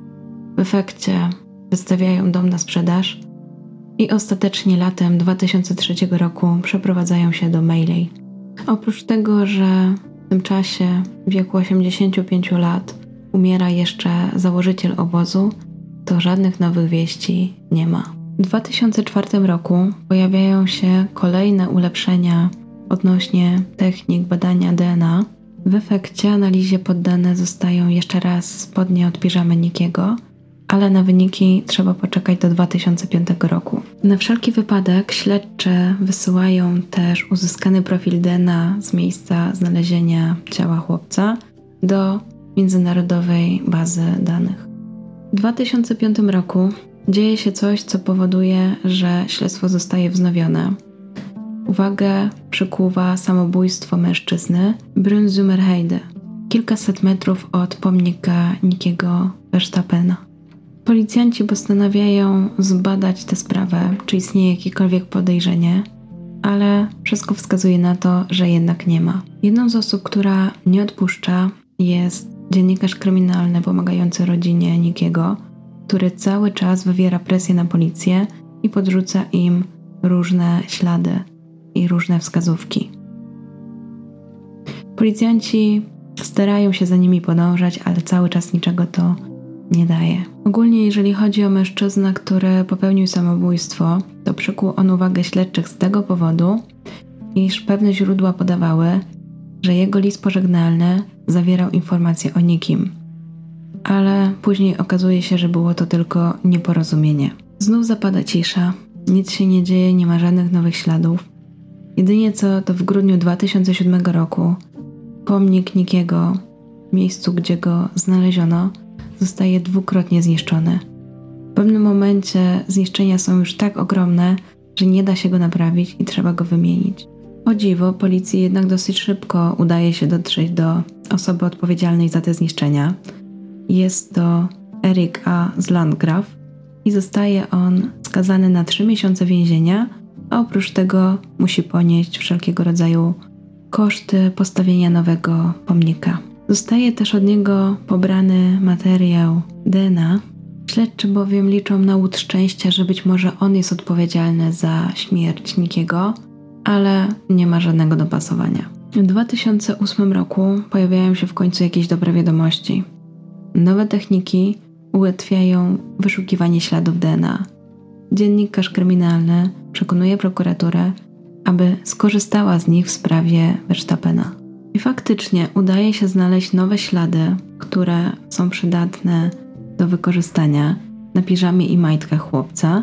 Speaker 1: W efekcie wystawiają dom na sprzedaż i ostatecznie latem dwa tysiące trzeciego roku przeprowadzają się do Maylay. Oprócz tego, że w tym czasie w wieku osiemdziesięciu pięciu lat umiera jeszcze założyciel obozu, to żadnych nowych wieści nie ma. W dwa tysiące czwartym roku pojawiają się kolejne ulepszenia odnośnie technik badania D N A. W efekcie analizie poddane zostają jeszcze raz spodnie od piżamy Nickiego, ale na wyniki trzeba poczekać do dwa tysiące piątego roku. Na wszelki wypadek śledcze wysyłają też uzyskany profil D N A z miejsca znalezienia ciała chłopca do międzynarodowej bazy danych. W dwa tysiące piątym roku dzieje się coś, co powoduje, że śledztwo zostaje wznowione. Uwagę przykuwa samobójstwo mężczyzny Brun Zummerheide, kilkaset metrów od pomnika Nickiego Verstappena. Policjanci postanawiają zbadać tę sprawę, czy istnieje jakiekolwiek podejrzenie, ale wszystko wskazuje na to, że jednak nie ma. Jedną z osób, która nie odpuszcza, jest dziennikarz kryminalny pomagający rodzinie Nickiego, który cały czas wywiera presję na policję i podrzuca im różne ślady i różne wskazówki. Policjanci starają się za nimi podążać, ale cały czas niczego to nie daje. Ogólnie jeżeli chodzi o mężczyznę, który popełnił samobójstwo, to przykuł on uwagę śledczych z tego powodu, iż pewne źródła podawały, że jego list pożegnalny zawierał informacje o nikim. Ale później okazuje się, że było to tylko nieporozumienie. Znów zapada cisza, nic się nie dzieje, nie ma żadnych nowych śladów. Jedynie co to w grudniu dwa tysiące siódmego roku pomnik Nickiego, w miejscu gdzie go znaleziono, zostaje dwukrotnie zniszczony. W pewnym momencie zniszczenia są już tak ogromne, że nie da się go naprawić i trzeba go wymienić. O dziwo, policji jednak dosyć szybko udaje się dotrzeć do osoby odpowiedzialnej za te zniszczenia. Jest to Erik A. z Landgraf i zostaje on skazany na trzy miesiące więzienia, a oprócz tego musi ponieść wszelkiego rodzaju koszty postawienia nowego pomnika. Zostaje też od niego pobrany materiał D N A. Śledczy bowiem liczą na łód szczęścia, że być może on jest odpowiedzialny za śmierć Nickiego, ale nie ma żadnego dopasowania. W dwa tysiące ósmym roku pojawiają się w końcu jakieś dobre wiadomości. Nowe techniki ułatwiają wyszukiwanie śladów D N A. Dziennikarz kryminalny przekonuje prokuraturę, aby skorzystała z nich w sprawie Verstappena. I faktycznie udaje się znaleźć nowe ślady, które są przydatne do wykorzystania na piżamie i majtkach chłopca,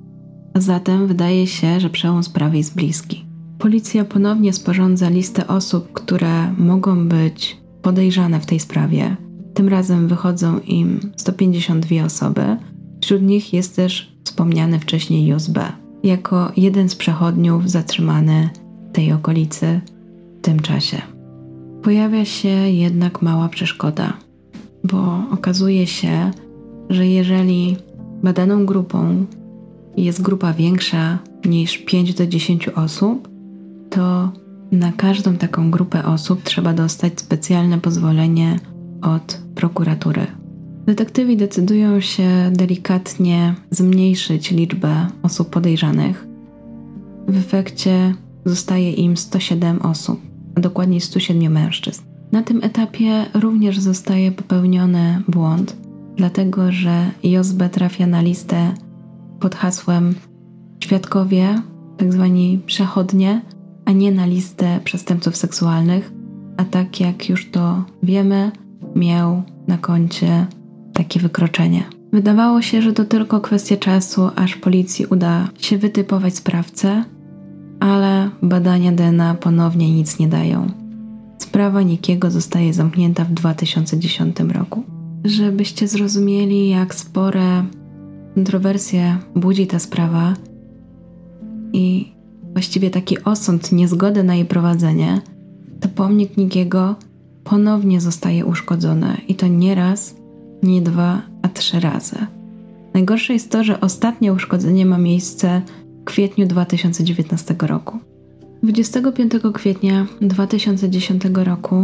Speaker 1: a zatem wydaje się, że przełom sprawy jest bliski. Policja ponownie sporządza listę osób, które mogą być podejrzane w tej sprawie. Tym razem wychodzą im sto pięćdziesiąt dwie osoby. Wśród nich jest też wspomniany wcześniej Jos B. jako jeden z przechodniów zatrzymany w tej okolicy w tym czasie. Pojawia się jednak mała przeszkoda, bo okazuje się, że jeżeli badaną grupą jest grupa większa niż pięć do dziesięciu osób, to na każdą taką grupę osób trzeba dostać specjalne pozwolenie od prokuratury. Detektywi decydują się delikatnie zmniejszyć liczbę osób podejrzanych. W efekcie zostaje im sto siedem osób, a dokładniej sto siedem mężczyzn. Na tym etapie również zostaje popełniony błąd, dlatego że Jos B trafia na listę pod hasłem świadkowie, tzw. przechodnie, a nie na listę przestępców seksualnych, a tak jak już to wiemy, miał na koncie takie wykroczenie. Wydawało się, że to tylko kwestia czasu, aż policji uda się wytypować sprawcę, ale badania D N A ponownie nic nie dają. Sprawa Nickiego zostaje zamknięta w dwa tysiące dziesiątym roku. Żebyście zrozumieli, jak spore kontrowersje budzi ta sprawa i właściwie taki osąd, niezgodę na jej prowadzenie, to pomnik Nickiego ponownie zostaje uszkodzony i to nie raz, nie dwa, a trzy razy. Najgorsze jest to, że ostatnie uszkodzenie ma miejsce w kwietniu dwa tysiące dziewiętnastego roku. dwudziestego piątego kwietnia dwa tysiące dziesiątego roku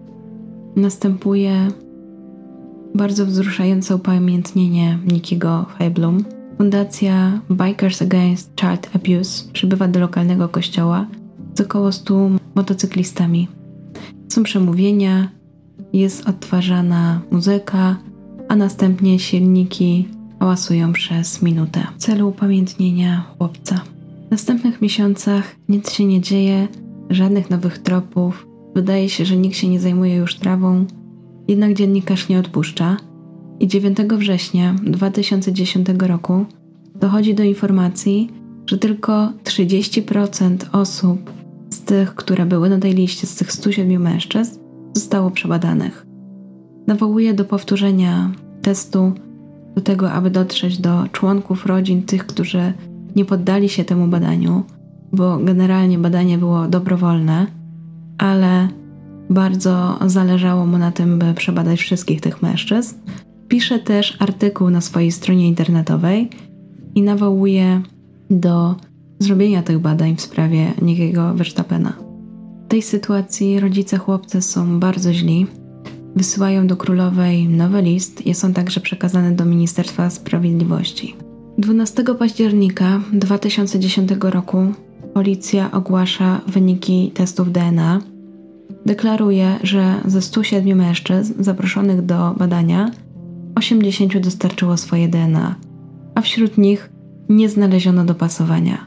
Speaker 1: następuje bardzo wzruszające upamiętnienie Nickiego Heiblum. Fundacja Bikers Against Child Abuse przybywa do lokalnego kościoła z około stu motocyklistami. Są przemówienia, jest odtwarzana muzyka, a następnie silniki hałasują przez minutę w celu upamiętnienia chłopca. W następnych miesiącach nic się nie dzieje, żadnych nowych tropów. Wydaje się, że nikt się nie zajmuje już trawą, jednak dziennikarz nie odpuszcza i dziewiątego września dwa tysiące dziesiątego roku dochodzi do informacji, że tylko trzydzieści procent osób z tych, które były na tej liście, z tych stu siedmiu mężczyzn, zostało przebadanych. Nawołuje do powtórzenia testu do tego, aby dotrzeć do członków rodzin tych, którzy nie poddali się temu badaniu, bo generalnie badanie było dobrowolne, ale bardzo zależało mu na tym, by przebadać wszystkich tych mężczyzn. Pisze też artykuł na swojej stronie internetowej i nawołuje do zrobienia tych badań w sprawie Nickiego Verstappena. W tej sytuacji rodzice chłopca są bardzo źli. Wysyłają do królowej nowy list, jest on także przekazany do Ministerstwa Sprawiedliwości. dwunastego października dwa tysiące dziesiątego roku policja ogłasza wyniki testów D N A. Deklaruje, że ze stu siedmiu mężczyzn zaproszonych do badania osiemdziesięciu dostarczyło swoje D N A, a wśród nich nie znaleziono dopasowania.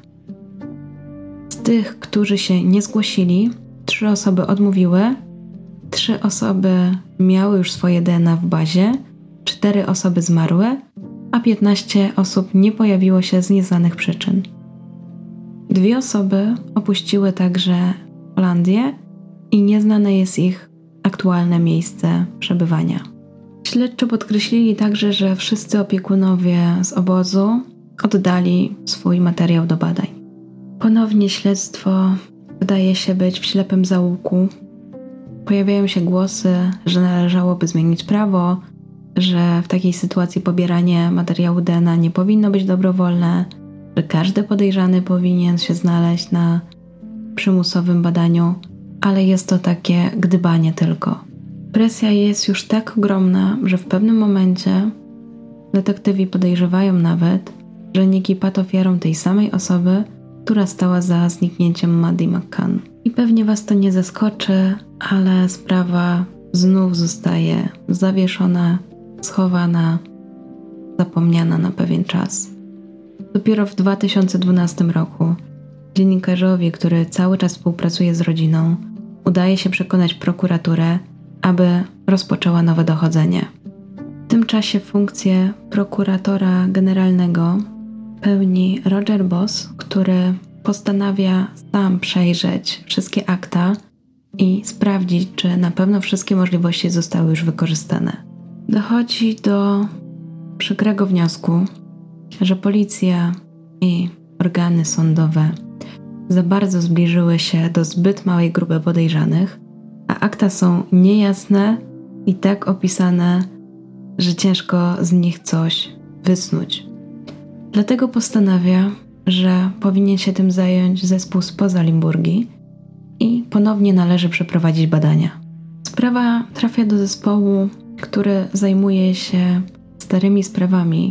Speaker 1: Z tych, którzy się nie zgłosili, trzy osoby odmówiły, trzy osoby miały już swoje D N A w bazie, cztery osoby zmarły, a piętnaście osób nie pojawiło się z nieznanych przyczyn. Dwie osoby opuściły także Holandię i nieznane jest ich aktualne miejsce przebywania. Śledczy podkreślili także, że wszyscy opiekunowie z obozu oddali swój materiał do badań. Ponownie śledztwo wydaje się być w ślepym zaułku. Pojawiają się głosy, że należałoby zmienić prawo, że w takiej sytuacji pobieranie materiału D N A nie powinno być dobrowolne, że każdy podejrzany powinien się znaleźć na przymusowym badaniu, ale jest to takie gdybanie tylko. Presja jest już tak ogromna, że w pewnym momencie detektywi podejrzewają nawet, że Nicky padł ofiarą tej samej osoby, która stała za zniknięciem Maddie McCann. I pewnie Was to nie zaskoczy, ale sprawa znów zostaje zawieszona, schowana, zapomniana na pewien czas. Dopiero w dwa tysiące dwunastym roku dziennikarzowi, który cały czas współpracuje z rodziną, udaje się przekonać prokuraturę, aby rozpoczęła nowe dochodzenie. W tym czasie funkcję prokuratora generalnego pełni Roger Boss, który postanawia sam przejrzeć wszystkie akta i sprawdzić, czy na pewno wszystkie możliwości zostały już wykorzystane. Dochodzi do przykrego wniosku, że policja i organy sądowe za bardzo zbliżyły się do zbyt małej grupy podejrzanych, a akta są niejasne i tak opisane, że ciężko z nich coś wysnuć. Dlatego postanawia, że powinien się tym zająć zespół spoza Limburgii i ponownie należy przeprowadzić badania. Sprawa trafia do zespołu, który zajmuje się starymi sprawami,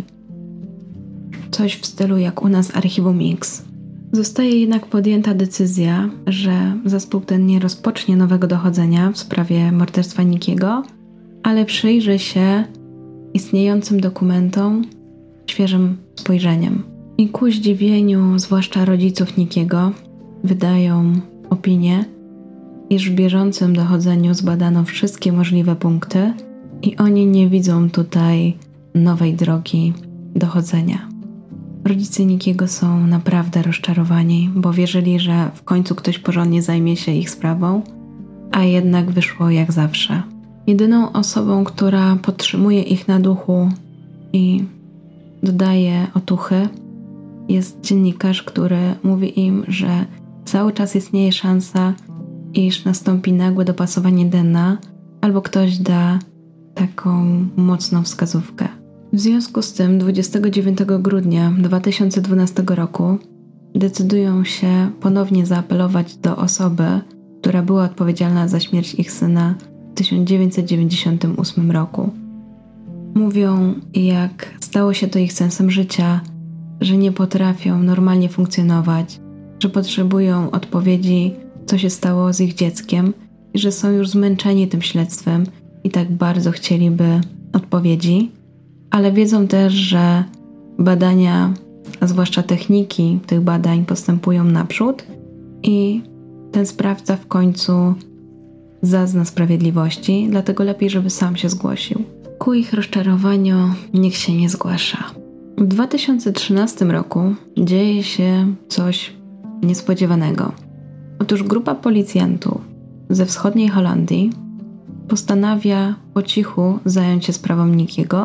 Speaker 1: coś w stylu jak u nas Archiwum X. Zostaje jednak podjęta decyzja, że zespół ten nie rozpocznie nowego dochodzenia w sprawie morderstwa Nickiego, ale przyjrzy się istniejącym dokumentom świeżym spojrzeniem. I ku zdziwieniu, zwłaszcza rodziców Nickiego, wydają opinię, iż w bieżącym dochodzeniu zbadano wszystkie możliwe punkty i oni nie widzą tutaj nowej drogi dochodzenia. Rodzice Nickiego są naprawdę rozczarowani, bo wierzyli, że w końcu ktoś porządnie zajmie się ich sprawą, a jednak wyszło jak zawsze. Jedyną osobą, która podtrzymuje ich na duchu i dodaje otuchy, jest dziennikarz, który mówi im, że cały czas istnieje szansa, iż nastąpi nagłe dopasowanie D N A albo ktoś da taką mocną wskazówkę. W związku z tym dwudziestego dziewiątego grudnia dwa tysiące dwunastego roku decydują się ponownie zaapelować do osoby, która była odpowiedzialna za śmierć ich syna w tysiąc dziewięćset dziewięćdziesiątym ósmym roku. Mówią, jak stało się to ich sensem życia, że nie potrafią normalnie funkcjonować, że potrzebują odpowiedzi, co się stało z ich dzieckiem i że są już zmęczeni tym śledztwem i tak bardzo chcieliby odpowiedzi, ale wiedzą też, że badania, a zwłaszcza techniki tych badań postępują naprzód i ten sprawca w końcu zazna sprawiedliwości, dlatego lepiej, żeby sam się zgłosił. Ku ich rozczarowaniu nikt się nie zgłasza. W dwa tysiące trzynastym roku dzieje się coś niespodziewanego. Otóż grupa policjantów ze wschodniej Holandii postanawia po cichu zająć się sprawą Nickiego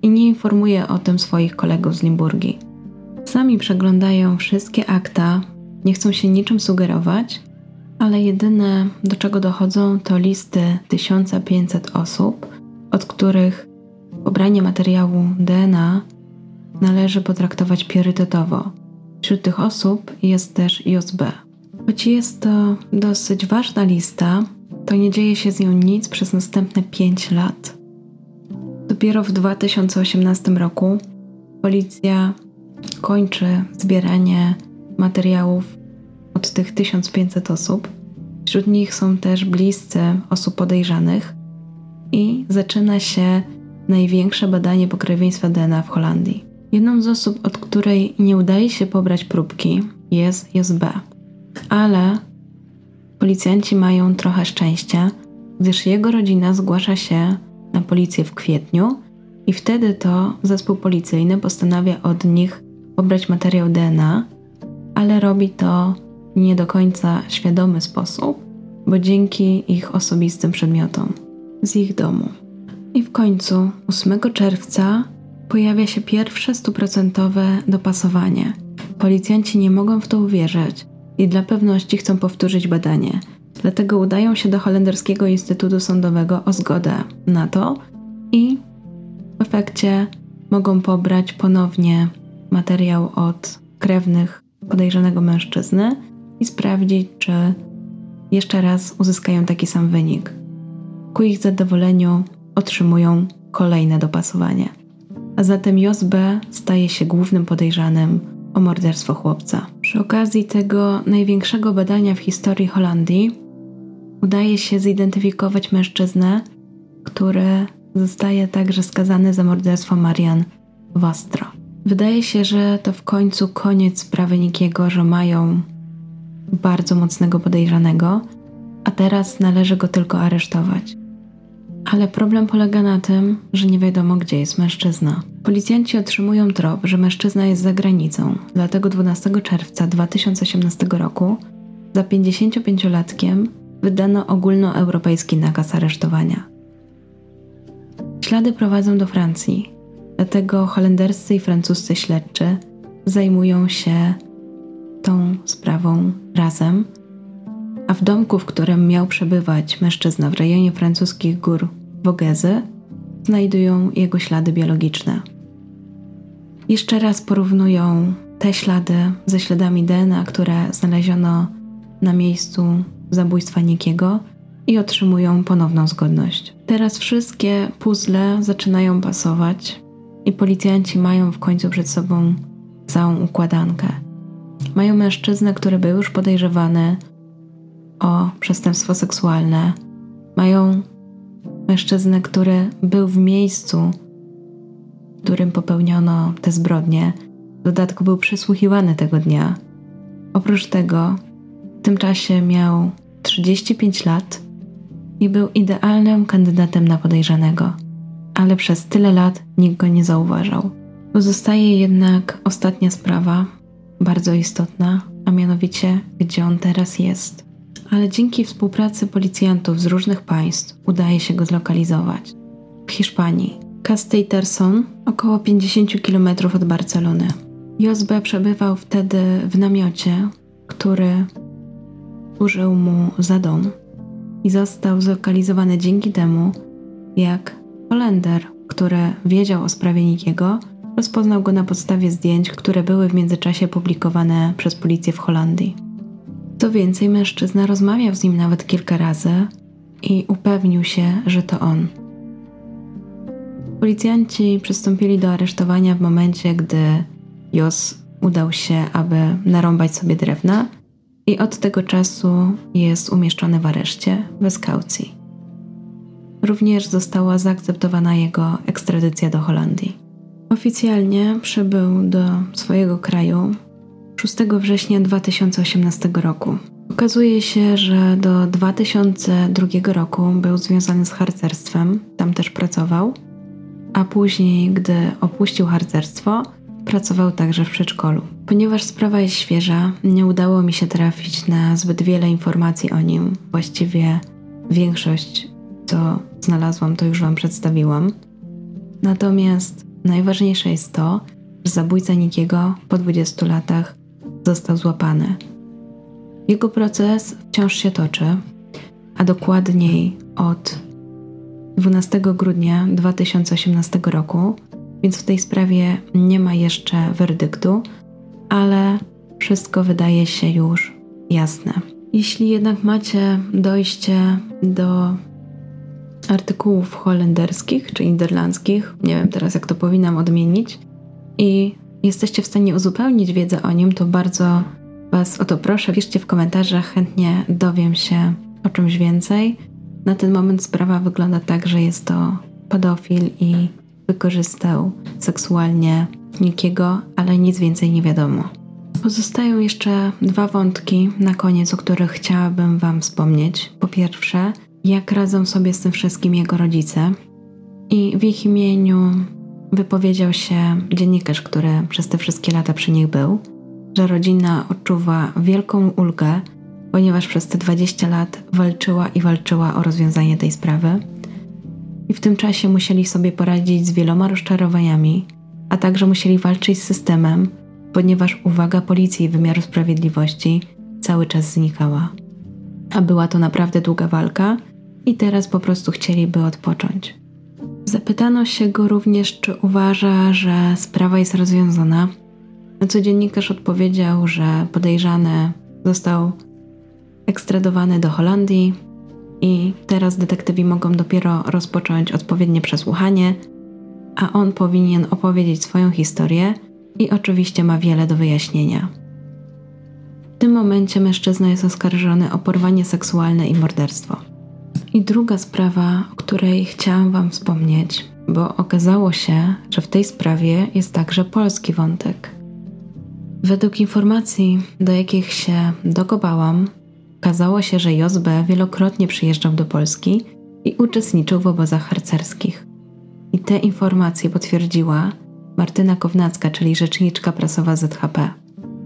Speaker 1: i nie informuje o tym swoich kolegów z Limburgii. Sami przeglądają wszystkie akta, nie chcą się niczym sugerować, ale jedyne, do czego dochodzą, to listy tysiąc pięćset osób, od których pobranie materiału D N A należy potraktować priorytetowo. Wśród tych osób jest też Jos B. Choć jest to dosyć ważna lista, to nie dzieje się z nią nic przez następne pięć lat. Dopiero w dwa tysiące osiemnastym roku policja kończy zbieranie materiałów od tych tysiąc pięćset osób. Wśród nich są też bliscy osób podejrzanych i zaczyna się największe badanie pokrewieństwa D N A w Holandii. Jedną z osób, od której nie udaje się pobrać próbki, jest Jos B. Ale policjanci mają trochę szczęścia, gdyż jego rodzina zgłasza się na policję w kwietniu i wtedy to zespół policyjny postanawia od nich pobrać materiał D N A, ale robi to w nie do końca świadomy sposób, bo dzięki ich osobistym przedmiotom z ich domu. I w końcu ósmego czerwca pojawia się pierwsze stuprocentowe dopasowanie. Policjanci nie mogą w to uwierzyć i dla pewności chcą powtórzyć badanie. Dlatego udają się do Holenderskiego Instytutu Sądowego o zgodę na to i w efekcie mogą pobrać ponownie materiał od krewnych podejrzanego mężczyzny i sprawdzić, czy jeszcze raz uzyskają taki sam wynik. Ku ich zadowoleniu otrzymują kolejne dopasowanie. A zatem Jos B staje się głównym podejrzanym o morderstwo chłopca. Przy okazji tego największego badania w historii Holandii udaje się zidentyfikować mężczyznę, który zostaje także skazany za morderstwo Marian Wastro. Wydaje się, że to w końcu koniec sprawy Nikiego, że mają bardzo mocnego podejrzanego, a teraz należy go tylko aresztować. Ale problem polega na tym, że nie wiadomo, gdzie jest mężczyzna. Policjanci otrzymują trop, że mężczyzna jest za granicą, dlatego dwunastego czerwca dwa tysiące osiemnastego roku za pięćdziesięciopięciolatkiem wydano ogólnoeuropejski nakaz aresztowania. Ślady prowadzą do Francji, dlatego holenderscy i francuscy śledczy zajmują się tą sprawą razem, a w domku, w którym miał przebywać mężczyzna w rejonie francuskich gór Vogezy, znajdują jego ślady biologiczne. Jeszcze raz porównują te ślady ze śladami D N A, które znaleziono na miejscu zabójstwa Nikiego i otrzymują ponowną zgodność. Teraz wszystkie puzzle zaczynają pasować i policjanci mają w końcu przed sobą całą układankę. Mają mężczyznę, który był już podejrzewany o przestępstwo seksualne. Mają mężczyznę, który był w miejscu, w którym popełniono te zbrodnie. W dodatku był przesłuchiwany tego dnia. Oprócz tego w tym czasie miał trzydzieści pięć lat i był idealnym kandydatem na podejrzanego. Ale przez tyle lat nikt go nie zauważał. Pozostaje jednak ostatnia sprawa, bardzo istotna, a mianowicie, gdzie on teraz jest. Ale dzięki współpracy policjantów z różnych państw udaje się go zlokalizować. W Hiszpanii. Castellterçon, około pięćdziesiąt kilometrów od Barcelony. Jos B przebywał wtedy w namiocie, który służył mu za dom i został zlokalizowany dzięki temu, jak Holender, który wiedział o sprawie Nikiego, rozpoznał go na podstawie zdjęć, które były w międzyczasie publikowane przez policję w Holandii. Co więcej, mężczyzna rozmawiał z nim nawet kilka razy i upewnił się, że to on. Policjanci przystąpili do aresztowania w momencie, gdy Jos udał się, aby narąbać sobie drewna i od tego czasu jest umieszczony w areszcie bez kaucji. Również została zaakceptowana jego ekstradycja do Holandii. Oficjalnie przybył do swojego kraju szóstego września dwa tysiące osiemnastego roku. Okazuje się, że do dwa tysiące drugiego roku był związany z harcerstwem, tam też pracował, a później, gdy opuścił harcerstwo, pracował także w przedszkolu. Ponieważ sprawa jest świeża, nie udało mi się trafić na zbyt wiele informacji o nim. Właściwie większość, co znalazłam, to już Wam przedstawiłam. Natomiast najważniejsze jest to, że zabójca Nickiego po dwudziestu latach został złapany. Jego proces wciąż się toczy, a dokładniej od dwunastego grudnia dwa tysiące osiemnastego roku, więc w tej sprawie nie ma jeszcze werdyktu, ale wszystko wydaje się już jasne. Jeśli jednak macie dojście do artykułów holenderskich czy niderlandzkich, nie wiem teraz jak to powinnam odmienić, i jesteście w stanie uzupełnić wiedzę o nim, to bardzo Was o to proszę. Piszcie w komentarzach, chętnie dowiem się o czymś więcej. Na ten moment sprawa wygląda tak, że jest to pedofil i wykorzystał seksualnie Nickiego, ale nic więcej nie wiadomo. Pozostają jeszcze dwa wątki na koniec, o których chciałabym Wam wspomnieć. Po pierwsze, jak radzą sobie z tym wszystkim jego rodzice. I w ich imieniu wypowiedział się dziennikarz, który przez te wszystkie lata przy nich był, że rodzina odczuwa wielką ulgę, ponieważ przez te dwadzieścia lat walczyła i walczyła o rozwiązanie tej sprawy. I w tym czasie musieli sobie poradzić z wieloma rozczarowaniami, a także musieli walczyć z systemem, ponieważ uwaga policji i wymiaru sprawiedliwości cały czas znikała. A była to naprawdę długa walka i teraz po prostu chcieliby odpocząć. Zapytano się go również, czy uważa, że sprawa jest rozwiązana, na co dziennikarz odpowiedział, że podejrzany został ekstradowany do Holandii i teraz detektywi mogą dopiero rozpocząć odpowiednie przesłuchanie, a on powinien opowiedzieć swoją historię i oczywiście ma wiele do wyjaśnienia. W tym momencie mężczyzna jest oskarżony o porwanie seksualne i morderstwo. I druga sprawa, o której chciałam Wam wspomnieć, bo okazało się, że w tej sprawie jest także polski wątek. Według informacji, do jakich się dokopałam, okazało się, że J B wielokrotnie przyjeżdżał do Polski i uczestniczył w obozach harcerskich. I te informacje potwierdziła Martyna Kownacka, czyli rzeczniczka prasowa Z H P.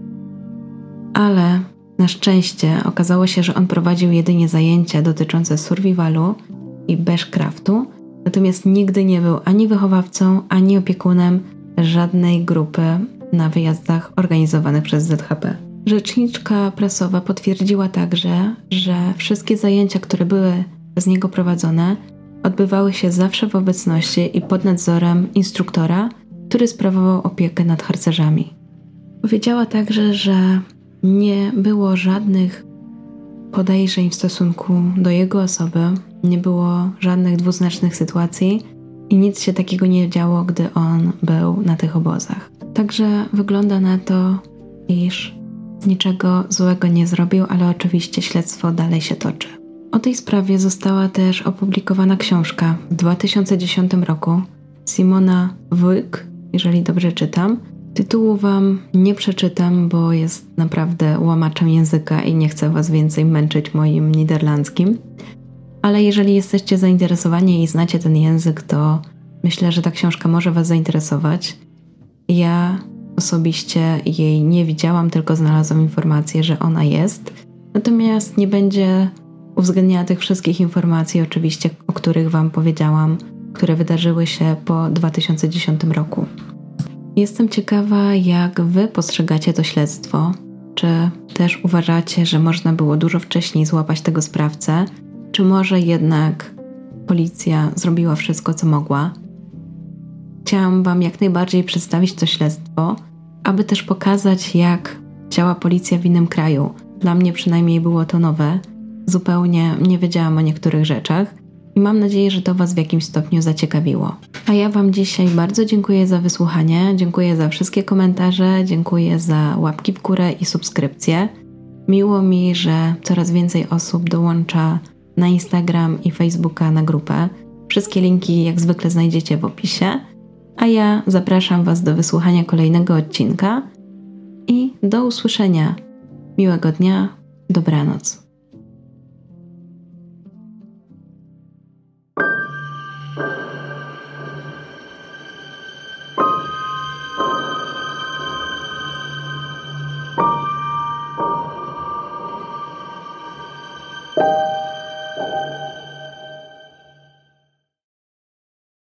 Speaker 1: Ale na szczęście okazało się, że on prowadził jedynie zajęcia dotyczące survivalu i bushcraftu, natomiast nigdy nie był ani wychowawcą, ani opiekunem żadnej grupy na wyjazdach organizowanych przez Z H P. Rzeczniczka prasowa potwierdziła także, że wszystkie zajęcia, które były przez niego prowadzone, odbywały się zawsze w obecności i pod nadzorem instruktora, który sprawował opiekę nad harcerzami. Powiedziała także, że nie było żadnych podejrzeń w stosunku do jego osoby, nie było żadnych dwuznacznych sytuacji i nic się takiego nie działo, gdy on był na tych obozach. Także wygląda na to, iż niczego złego nie zrobił, ale oczywiście śledztwo dalej się toczy. O tej sprawie została też opublikowana książka w dwa tysiące dziesiątym roku Simona Wuyk, jeżeli dobrze czytam. Tytułu Wam nie przeczytam, bo jest naprawdę łamaczem języka i nie chcę Was więcej męczyć moim niderlandzkim. Ale jeżeli jesteście zainteresowani i znacie ten język, to myślę, że ta książka może Was zainteresować. Ja osobiście jej nie widziałam, tylko znalazłam informację, że ona jest. Natomiast nie będzie uwzględniała tych wszystkich informacji, oczywiście, o których Wam powiedziałam, które wydarzyły się po dwa tysiące dziesiątym roku. Jestem ciekawa, jak Wy postrzegacie to śledztwo. Czy też uważacie, że można było dużo wcześniej złapać tego sprawcę? Czy może jednak policja zrobiła wszystko, co mogła? Chciałam Wam jak najbardziej przedstawić to śledztwo, aby też pokazać, jak działa policja w innym kraju. Dla mnie przynajmniej było to nowe. Zupełnie nie wiedziałam o niektórych rzeczach i mam nadzieję, że to Was w jakimś stopniu zaciekawiło. A ja Wam dzisiaj bardzo dziękuję za wysłuchanie, dziękuję za wszystkie komentarze, dziękuję za łapki w górę i subskrypcje. Miło mi, że coraz więcej osób dołącza na Instagram i Facebooka na grupę. Wszystkie linki jak zwykle znajdziecie w opisie. A ja zapraszam Was do wysłuchania kolejnego odcinka i do usłyszenia. Miłego dnia, dobranoc.